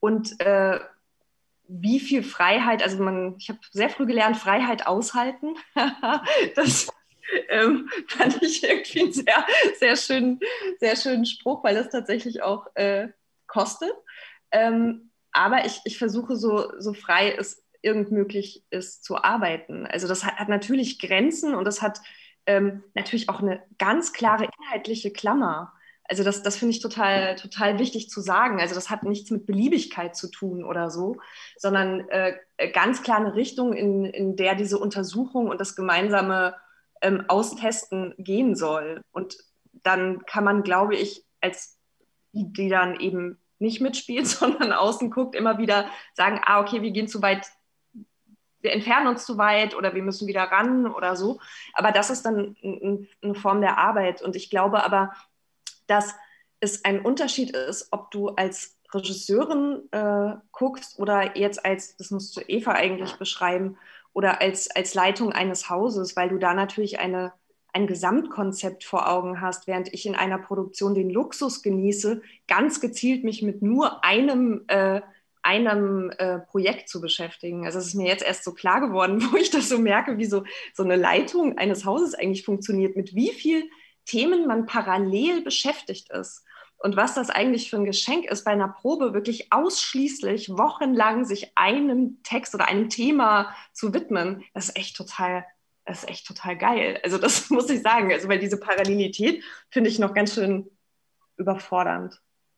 und wie viel Freiheit, also ich habe sehr früh gelernt, Freiheit aushalten. Das fand ich irgendwie einen sehr schönen Spruch, weil das tatsächlich auch kostet. Aber ich versuche so frei es irgend möglich ist zu arbeiten. Also das hat natürlich Grenzen und das hat natürlich auch eine ganz klare inhaltliche Klammer. Also das finde ich total wichtig zu sagen. Also das hat nichts mit Beliebigkeit zu tun oder so, sondern ganz klar eine Richtung, in der diese Untersuchung und das gemeinsame Austesten gehen soll. Und dann kann man, glaube ich, als die dann eben nicht mitspielt, sondern außen guckt, immer wieder sagen, okay, wir gehen zu weit, wir entfernen uns zu weit oder wir müssen wieder ran oder so. Aber das ist dann eine Form der Arbeit. Und ich glaube aber, dass es ein Unterschied ist, ob du als Regisseurin guckst oder jetzt das musst du Eva eigentlich beschreiben, oder als Leitung eines Hauses, weil du da natürlich ein Gesamtkonzept vor Augen hast, während ich in einer Produktion den Luxus genieße, ganz gezielt mich mit nur einem Projekt zu beschäftigen. Also es ist mir jetzt erst so klar geworden, wo ich das so merke, wie so eine Leitung eines Hauses eigentlich funktioniert, mit wie viel Themen man parallel beschäftigt ist. Und was das eigentlich für ein Geschenk ist, bei einer Probe wirklich ausschließlich wochenlang sich einem Text oder einem Thema zu widmen, das ist echt total geil. Also das muss ich sagen. Also weil diese Parallelität finde ich noch ganz schön überfordernd.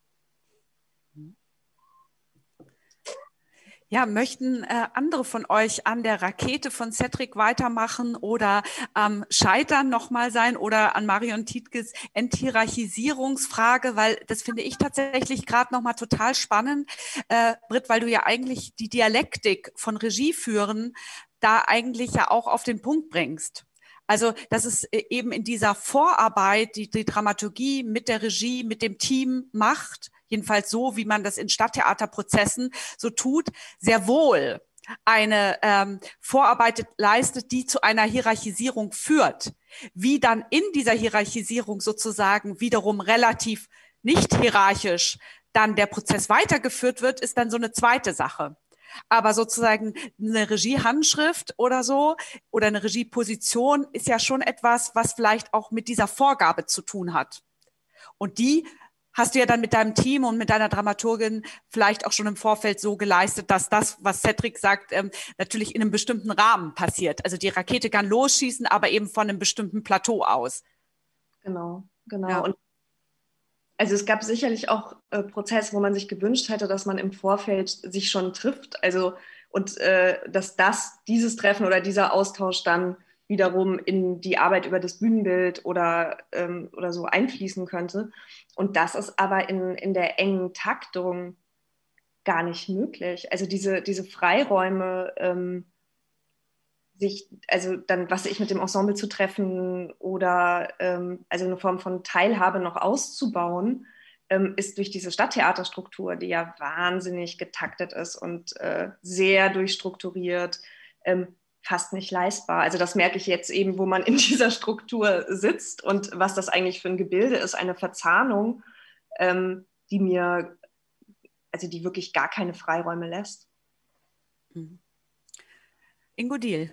Ja, möchten andere von euch an der Rakete von Cedric weitermachen oder Scheitern nochmal sein oder an Marion Tietges Enthierarchisierungsfrage, weil das finde ich tatsächlich gerade nochmal total spannend, Britt, weil du ja eigentlich die Dialektik von Regie führen da eigentlich ja auch auf den Punkt bringst. Also, dass es eben in dieser Vorarbeit die Dramaturgie mit der Regie, mit dem Team macht, jedenfalls so, wie man das in Stadttheaterprozessen so tut, sehr wohl eine Vorarbeit leistet, die zu einer Hierarchisierung führt. Wie dann in dieser Hierarchisierung sozusagen wiederum relativ nicht hierarchisch dann der Prozess weitergeführt wird, ist dann so eine zweite Sache. Aber sozusagen eine Regiehandschrift oder so oder eine Regieposition ist ja schon etwas, was vielleicht auch mit dieser Vorgabe zu tun hat. Und die hast du ja dann mit deinem Team und mit deiner Dramaturgin vielleicht auch schon im Vorfeld so geleistet, dass das, was Cedric sagt, natürlich in einem bestimmten Rahmen passiert. Also die Rakete kann losschießen, aber eben von einem bestimmten Plateau aus. Genau. Ja. Und also es gab sicherlich auch Prozesse, wo man sich gewünscht hätte, dass man im Vorfeld sich schon trifft. Also und dass dieses Treffen oder dieser Austausch dann wiederum in die Arbeit über das Bühnenbild oder so einfließen könnte. Und das ist aber in der engen Taktung gar nicht möglich. Also diese Freiräume, sich mit dem Ensemble zu treffen oder also eine Form von Teilhabe noch auszubauen, ist durch diese Stadttheaterstruktur, die ja wahnsinnig getaktet ist und sehr durchstrukturiert, fast nicht leistbar. Also das merke ich jetzt eben, wo man in dieser Struktur sitzt und was das eigentlich für ein Gebilde ist, eine Verzahnung, die wirklich gar keine Freiräume lässt. Ingo Diehl.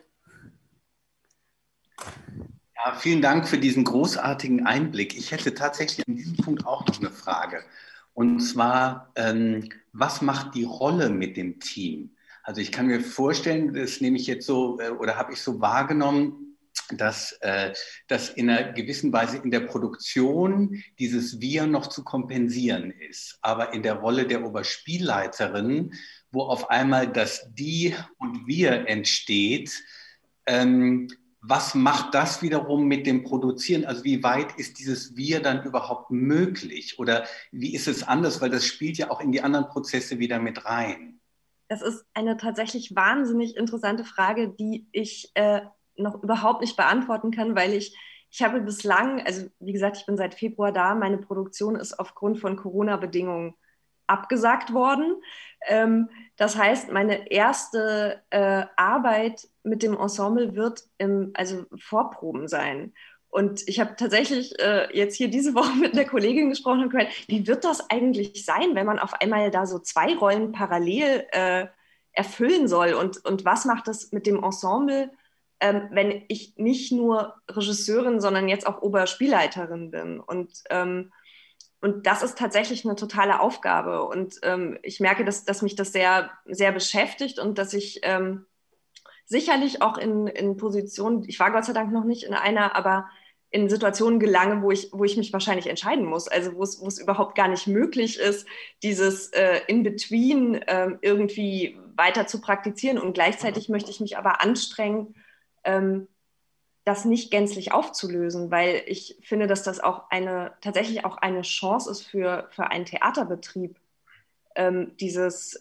Ja, vielen Dank für diesen großartigen Einblick. Ich hätte tatsächlich an diesem Punkt auch noch eine Frage. Und zwar, was macht die Rolle mit dem Team? Also ich kann mir vorstellen, das nehme ich jetzt so oder habe ich so wahrgenommen, dass das in einer gewissen Weise in der Produktion dieses Wir noch zu kompensieren ist. Aber in der Rolle der Oberspielleiterin, wo auf einmal das Die und Wir entsteht, was macht das wiederum mit dem Produzieren? Also wie weit ist dieses Wir dann überhaupt möglich? Oder wie ist es anders? Weil das spielt ja auch in die anderen Prozesse wieder mit rein. Das ist eine tatsächlich wahnsinnig interessante Frage, die ich noch überhaupt nicht beantworten kann, weil ich habe bislang, also wie gesagt, ich bin seit Februar da, meine Produktion ist aufgrund von Corona-Bedingungen abgesagt worden. Das heißt, meine erste Arbeit mit dem Ensemble wird Vorproben sein. Und ich habe tatsächlich jetzt hier diese Woche mit einer Kollegin gesprochen und gemeint, wie wird das eigentlich sein, wenn man auf einmal da so 2 Rollen parallel erfüllen soll? Und was macht das mit dem Ensemble, wenn ich nicht nur Regisseurin, sondern jetzt auch Oberspielleiterin bin? Und das ist tatsächlich eine totale Aufgabe. Und ich merke, dass mich das sehr, sehr beschäftigt und dass ich sicherlich auch in Positionen, ich war Gott sei Dank noch nicht in einer, aber in Situationen gelange, wo ich mich wahrscheinlich entscheiden muss, also wo es überhaupt gar nicht möglich ist, dieses In-Between irgendwie weiter zu praktizieren. Und gleichzeitig möchte ich mich aber anstrengen, das nicht gänzlich aufzulösen, weil ich finde, dass das auch tatsächlich auch eine Chance ist für einen Theaterbetrieb, dieses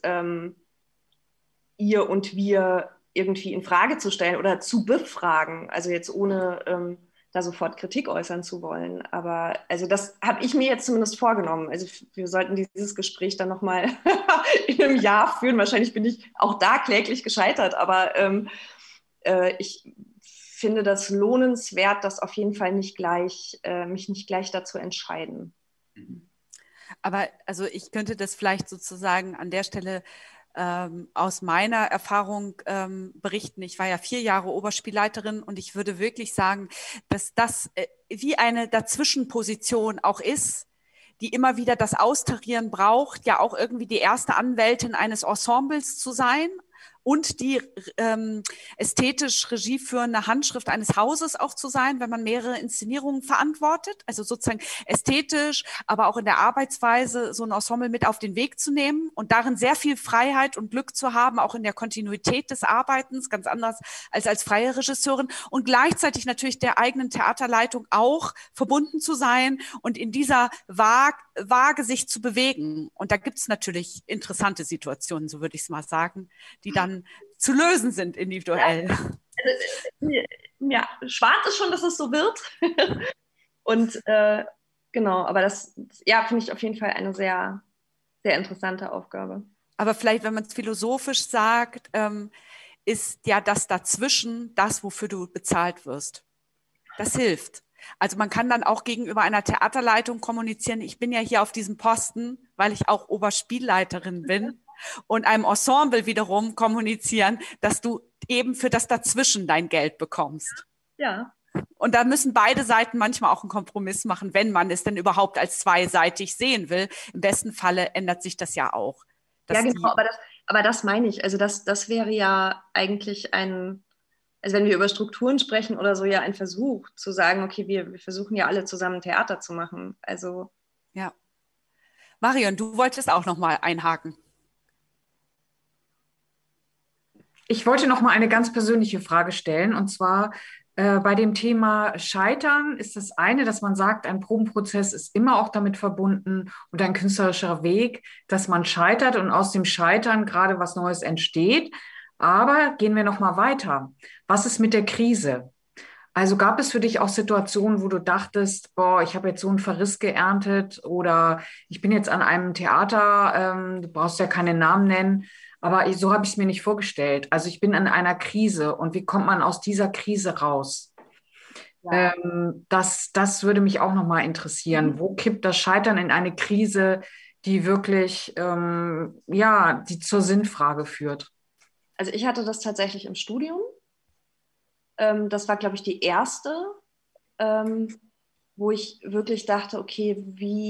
Ihr und Wir irgendwie in Frage zu stellen oder zu befragen, also jetzt ohne da sofort Kritik äußern zu wollen. Aber also das habe ich mir jetzt zumindest vorgenommen. Also wir sollten dieses Gespräch dann nochmal in einem Jahr führen. Wahrscheinlich bin ich auch da kläglich gescheitert, aber ich finde das lohnenswert, das auf jeden Fall mich nicht gleich dazu entscheiden. Aber also ich könnte das vielleicht sozusagen an der Stelle aus meiner Erfahrung berichten. Ich war ja 4 Jahre Oberspielleiterin und ich würde wirklich sagen, dass das wie eine Dazwischenposition auch ist, die immer wieder das Austarieren braucht, ja auch irgendwie die erste Anwältin eines Ensembles zu sein und die ästhetisch regieführende Handschrift eines Hauses auch zu sein, wenn man mehrere Inszenierungen verantwortet, also sozusagen ästhetisch, aber auch in der Arbeitsweise so ein Ensemble mit auf den Weg zu nehmen und darin sehr viel Freiheit und Glück zu haben, auch in der Kontinuität des Arbeitens, ganz anders als freie Regisseurin und gleichzeitig natürlich der eigenen Theaterleitung auch verbunden zu sein und in dieser Waage sich zu bewegen. Und da gibt es natürlich interessante Situationen, so würde ich es mal sagen, die dann zu lösen sind individuell. Ja, schwarz ist schon, dass es so wird. Und genau, aber das finde ich auf jeden Fall eine sehr, sehr interessante Aufgabe. Aber vielleicht, wenn man es philosophisch sagt, ist ja das dazwischen das, wofür du bezahlt wirst. Das hilft. Also man kann dann auch gegenüber einer Theaterleitung kommunizieren, ich bin ja hier auf diesem Posten, weil ich auch Oberspielleiterin bin. Und einem Ensemble wiederum kommunizieren, dass du eben für das Dazwischen dein Geld bekommst. Ja. Und da müssen beide Seiten manchmal auch einen Kompromiss machen, wenn man es denn überhaupt als zweiseitig sehen will. Im besten Falle ändert sich das ja auch. Ja, genau, aber das meine ich. Also das wäre ja eigentlich also wenn wir über Strukturen sprechen oder so, ja ein Versuch zu sagen, okay, wir versuchen ja alle zusammen Theater zu machen. Also ja. Marion, du wolltest auch noch mal einhaken. Ich wollte noch mal eine ganz persönliche Frage stellen, und zwar bei dem Thema Scheitern ist das eine, dass man sagt, ein Probenprozess ist immer auch damit verbunden und ein künstlerischer Weg, dass man scheitert und aus dem Scheitern gerade was Neues entsteht. Aber gehen wir noch mal weiter. Was ist mit der Krise? Also gab es für dich auch Situationen, wo du dachtest, boah, ich habe jetzt so einen Verriss geerntet oder ich bin jetzt an einem Theater, du brauchst ja keine Namen nennen, aber so habe ich es mir nicht vorgestellt. Also ich bin in einer Krise und wie kommt man aus dieser Krise raus? Ja. Das würde mich auch nochmal interessieren. Wo kippt das Scheitern in eine Krise, die wirklich die zur Sinnfrage führt? Also ich hatte das tatsächlich im Studium. Das war, glaube ich, die erste, wo ich wirklich dachte, okay,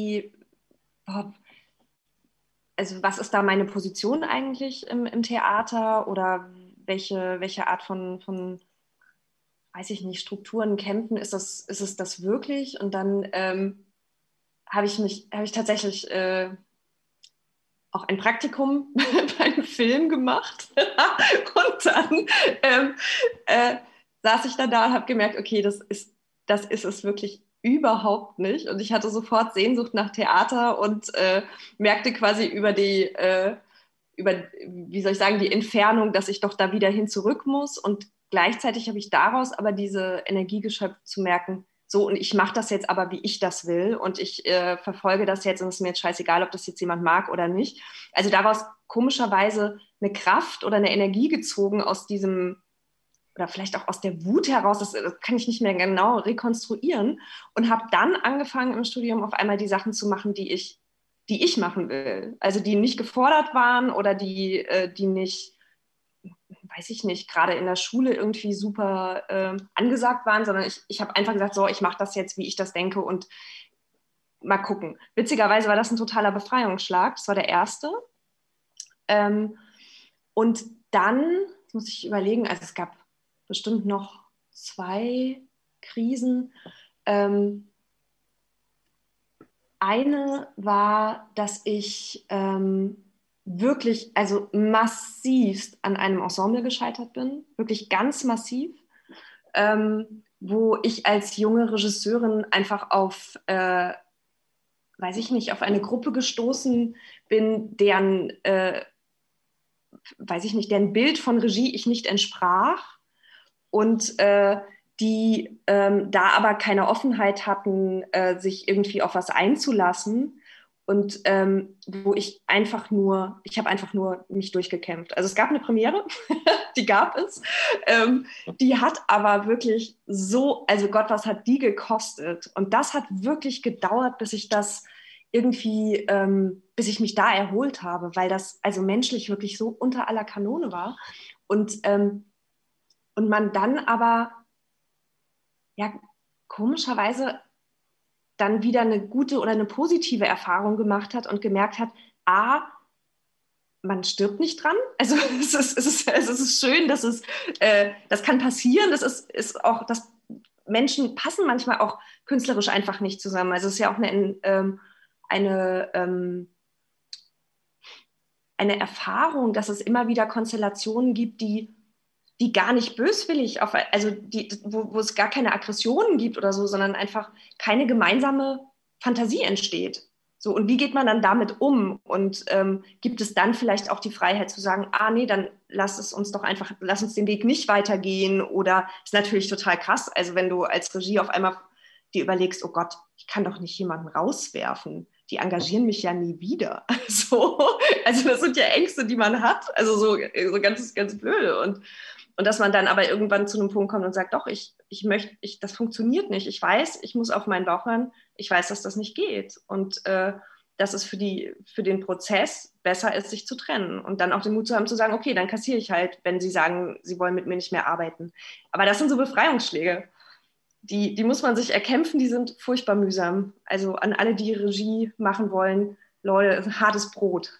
was ist da meine Position eigentlich im Theater oder welche Art von weiß ich nicht, Strukturen, Kämpfen ist es das wirklich? Und dann habe ich tatsächlich auch ein Praktikum beim Film gemacht und dann saß ich dann da und habe gemerkt, okay, das ist es wirklich überhaupt nicht. Und ich hatte sofort Sehnsucht nach Theater und merkte quasi über die Entfernung, dass ich doch da wieder hin zurück muss. Und gleichzeitig habe ich daraus aber diese Energie geschöpft zu merken, so, und ich mache das jetzt aber, wie ich das will und ich verfolge das jetzt und es ist mir jetzt scheißegal, ob das jetzt jemand mag oder nicht. Also daraus komischerweise eine Kraft oder eine Energie gezogen aus diesem oder vielleicht auch aus der Wut heraus, das kann ich nicht mehr genau rekonstruieren, und habe dann angefangen im Studium auf einmal die Sachen zu machen, die ich machen will. Also die nicht gefordert waren oder die nicht, weiß ich nicht, gerade in der Schule irgendwie super angesagt waren, sondern ich habe einfach gesagt, so, ich mache das jetzt, wie ich das denke und mal gucken. Witzigerweise war das ein totaler Befreiungsschlag. Das war der erste. Und dann, jetzt muss ich überlegen, also es gab bestimmt noch 2 Krisen. Eine war, dass ich wirklich, also massivst an einem Ensemble gescheitert bin, wirklich ganz massiv, wo ich als junge Regisseurin einfach auf, weiß ich nicht, auf eine Gruppe gestoßen bin, deren, weiß ich nicht, deren Bild von Regie ich nicht entsprach und die da aber keine Offenheit hatten, sich irgendwie auf was einzulassen. Und wo ich habe einfach nur mich durchgekämpft. Also es gab eine Premiere, die gab es. Die hat aber wirklich so, also Gott, was hat die gekostet? Und das hat wirklich gedauert, bis ich das irgendwie, bis ich mich da erholt habe, weil das also menschlich wirklich so unter aller Kanone war. Und man dann aber, ja, komischerweise dann wieder eine gute oder eine positive Erfahrung gemacht hat und gemerkt hat, man stirbt nicht dran. Also es ist schön, das kann passieren. Das ist auch, dass Menschen passen manchmal auch künstlerisch einfach nicht zusammen. Also es ist ja auch eine Erfahrung, dass es immer wieder Konstellationen gibt, die gar nicht böswillig, wo es gar keine Aggressionen gibt oder so, sondern einfach keine gemeinsame Fantasie entsteht. So, und wie geht man dann damit um? Und gibt es dann vielleicht auch die Freiheit zu sagen, nee, dann lass uns den Weg nicht weitergehen? Oder ist natürlich total krass, also wenn du als Regie auf einmal dir überlegst, oh Gott, ich kann doch nicht jemanden rauswerfen. Die engagieren mich ja nie wieder. Also das sind ja Ängste, die man hat. Also so ganz, ganz blöde. Und dass man dann aber irgendwann zu einem Punkt kommt und sagt, doch, das funktioniert nicht. Ich weiß, ich muss auf meinen Bauch hören. Ich weiß, dass das nicht geht. Und dass es für den Prozess besser ist, sich zu trennen. Und dann auch den Mut zu haben, zu sagen, okay, dann kassiere ich halt, wenn sie sagen, sie wollen mit mir nicht mehr arbeiten. Aber das sind so Befreiungsschläge. Die muss man sich erkämpfen, die sind furchtbar mühsam. Also an alle, die Regie machen wollen, Leute, hartes Brot.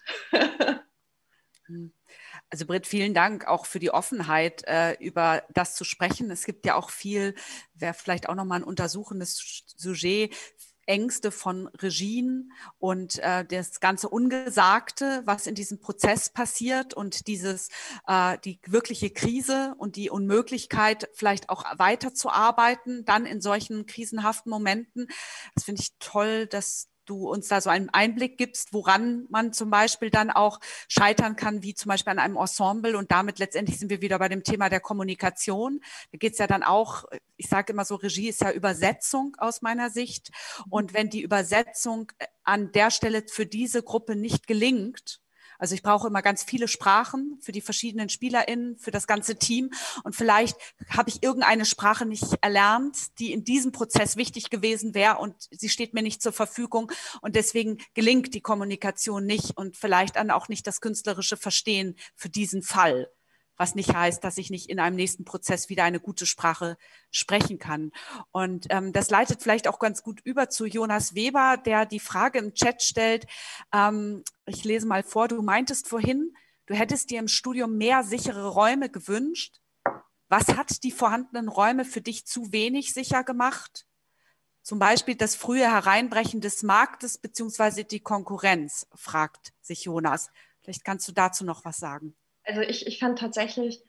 Also Britt, vielen Dank auch für die Offenheit, über das zu sprechen. Es gibt ja auch wäre vielleicht auch nochmal ein untersuchendes Sujet, Ängste von Regien und das ganze Ungesagte, was in diesem Prozess passiert und die wirkliche Krise und die Unmöglichkeit, vielleicht auch weiterzuarbeiten, dann in solchen krisenhaften Momenten. Das finde ich toll, dass du uns da so einen Einblick gibst, woran man zum Beispiel dann auch scheitern kann, wie zum Beispiel an einem Ensemble. Und damit letztendlich sind wir wieder bei dem Thema der Kommunikation. Da geht es ja dann auch, ich sage immer so, Regie ist ja Übersetzung aus meiner Sicht. Und wenn die Übersetzung an der Stelle für diese Gruppe nicht gelingt, also ich brauche immer ganz viele Sprachen für die verschiedenen SpielerInnen, für das ganze Team. Und vielleicht habe ich irgendeine Sprache nicht erlernt, die in diesem Prozess wichtig gewesen wäre und sie steht mir nicht zur Verfügung. Und deswegen gelingt die Kommunikation nicht und vielleicht dann auch nicht das künstlerische Verstehen für diesen Fall. Was nicht heißt, dass ich nicht in einem nächsten Prozess wieder eine gute Sprache sprechen kann. Und das leitet vielleicht auch ganz gut über zu Jonas Weber, der die Frage im Chat stellt. Ich lese mal vor, du meintest vorhin, du hättest dir im Studium mehr sichere Räume gewünscht. Was hat die vorhandenen Räume für dich zu wenig sicher gemacht? Zum Beispiel das frühe Hereinbrechen des Marktes beziehungsweise die Konkurrenz, fragt sich Jonas. Vielleicht kannst du dazu noch was sagen. Also ich fand tatsächlich,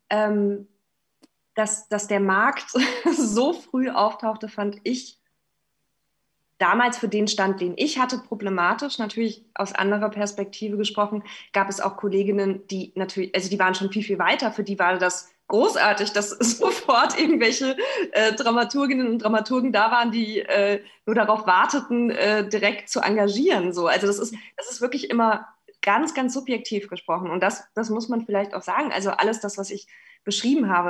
dass der Markt so früh auftauchte, fand ich damals für den Stand, den ich hatte, problematisch. Natürlich aus anderer Perspektive gesprochen, gab es auch Kolleginnen, die natürlich, also die waren schon viel, viel weiter. Für die war das großartig, dass sofort irgendwelche Dramaturginnen und Dramaturgen da waren, die nur darauf warteten, direkt zu engagieren. So. Also das ist wirklich immer ganz, ganz subjektiv gesprochen. Und das muss man vielleicht auch sagen. Also alles das, was ich beschrieben habe,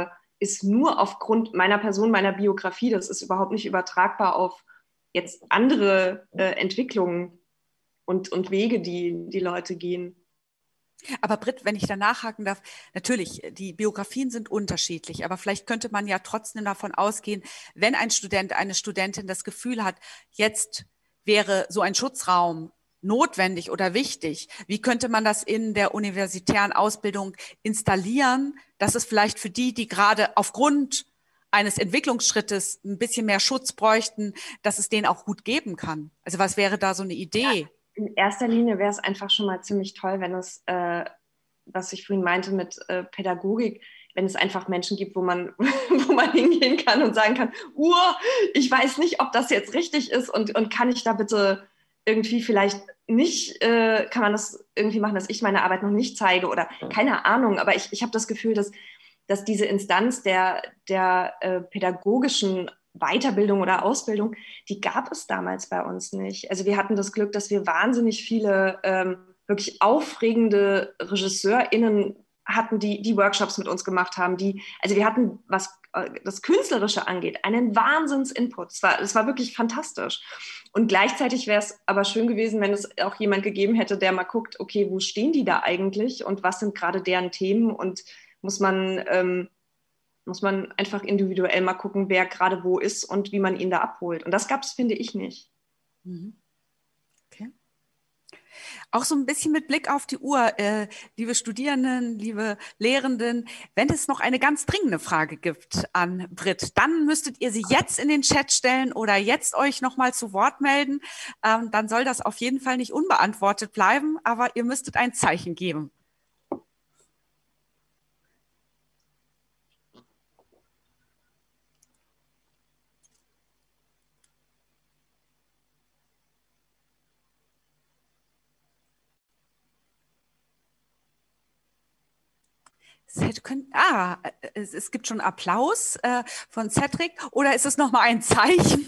ist nur aufgrund meiner Person, meiner Biografie. Das ist überhaupt nicht übertragbar auf jetzt andere Entwicklungen und Wege, die Leute gehen. Aber Britt, wenn ich da nachhaken darf, natürlich, die Biografien sind unterschiedlich, aber vielleicht könnte man ja trotzdem davon ausgehen, wenn ein Student, eine Studentin das Gefühl hat, jetzt wäre so ein Schutzraum notwendig oder wichtig, wie könnte man das in der universitären Ausbildung installieren, dass es vielleicht für die, die gerade aufgrund eines Entwicklungsschrittes ein bisschen mehr Schutz bräuchten, dass es denen auch gut geben kann? Also was wäre da so eine Idee? Ja. In erster Linie wäre es einfach schon mal ziemlich toll, wenn es, was ich vorhin meinte mit Pädagogik, wenn es einfach Menschen gibt, wo man hingehen kann und sagen kann, ich weiß nicht, ob das jetzt richtig ist und kann ich da bitte irgendwie vielleicht nicht, kann man das irgendwie machen, dass ich meine Arbeit noch nicht zeige oder keine Ahnung, aber ich habe das Gefühl, dass diese Instanz der pädagogischen Weiterbildung oder Ausbildung, die gab es damals bei uns nicht. Also wir hatten das Glück, dass wir wahnsinnig viele wirklich aufregende RegisseurInnen hatten, die Workshops mit uns gemacht haben. Also wir hatten, was das Künstlerische angeht, einen Wahnsinns-Input. Es war wirklich fantastisch. Und gleichzeitig wäre es aber schön gewesen, wenn es auch jemand gegeben hätte, der mal guckt, okay, wo stehen die da eigentlich und was sind gerade deren Themen und muss man einfach individuell mal gucken, wer gerade wo ist und wie man ihn da abholt. Und das gab es, finde ich, nicht. Okay. Auch so ein bisschen mit Blick auf die Uhr, liebe Studierenden, liebe Lehrenden, wenn es noch eine ganz dringende Frage gibt an Britt, dann müsstet ihr sie jetzt in den Chat stellen oder jetzt euch nochmal zu Wort melden. Dann soll das auf jeden Fall nicht unbeantwortet bleiben, aber ihr müsstet ein Zeichen geben. Es gibt schon Applaus von Cedric. Oder ist es nochmal ein Zeichen?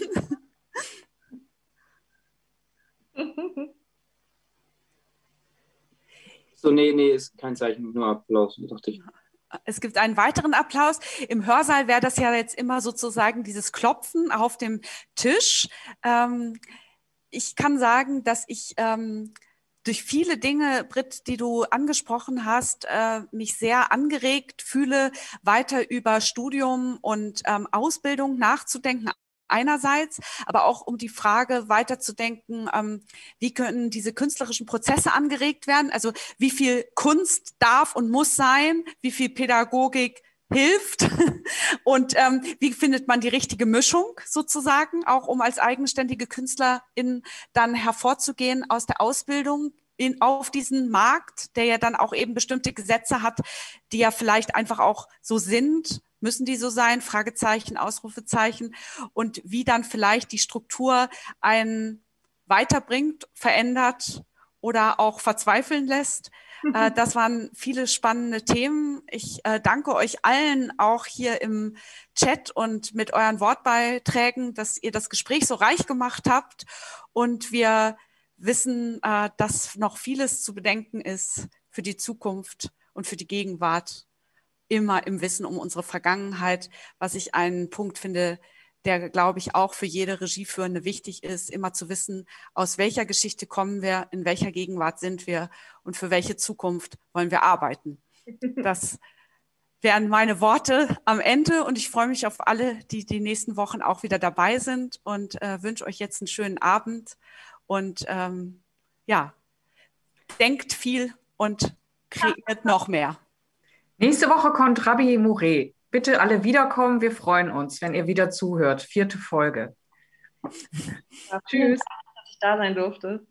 So, nee, ist kein Zeichen, nur Applaus, dachte ich. Es gibt einen weiteren Applaus. Im Hörsaal wäre das ja jetzt immer sozusagen dieses Klopfen auf dem Tisch. Ich kann sagen, dass ich durch viele Dinge, Britt, die du angesprochen hast, mich sehr angeregt fühle, weiter über Studium und Ausbildung nachzudenken. Einerseits, aber auch um die Frage weiterzudenken, wie können diese künstlerischen Prozesse angeregt werden? Also wie viel Kunst darf und muss sein? Wie viel Pädagogik hilft? Und wie findet man die richtige Mischung sozusagen, auch um als eigenständige Künstlerin dann hervorzugehen aus der Ausbildung auf diesen Markt, der ja dann auch eben bestimmte Gesetze hat, die ja vielleicht einfach auch so sind. Müssen die so sein? Fragezeichen, Ausrufezeichen. Und wie dann vielleicht die Struktur einen weiterbringt, verändert oder auch verzweifeln lässt. Das waren viele spannende Themen. Ich danke euch allen auch hier im Chat und mit euren Wortbeiträgen, dass ihr das Gespräch so reich gemacht habt. Und wir wissen, dass noch vieles zu bedenken ist für die Zukunft und für die Gegenwart. Immer im Wissen um unsere Vergangenheit, was ich einen Punkt finde, der, glaube ich, auch für jede Regieführende wichtig ist, immer zu wissen, aus welcher Geschichte kommen wir, in welcher Gegenwart sind wir und für welche Zukunft wollen wir arbeiten. Das wären meine Worte am Ende und ich freue mich auf alle, die die nächsten Wochen auch wieder dabei sind und wünsche euch jetzt einen schönen Abend und denkt viel und kreiert noch mehr. Nächste Woche kommt Rabih Mouré. Bitte alle wiederkommen. Wir freuen uns, wenn ihr wieder zuhört. 4. Folge. Ja, tschüss, dass ich da sein durfte.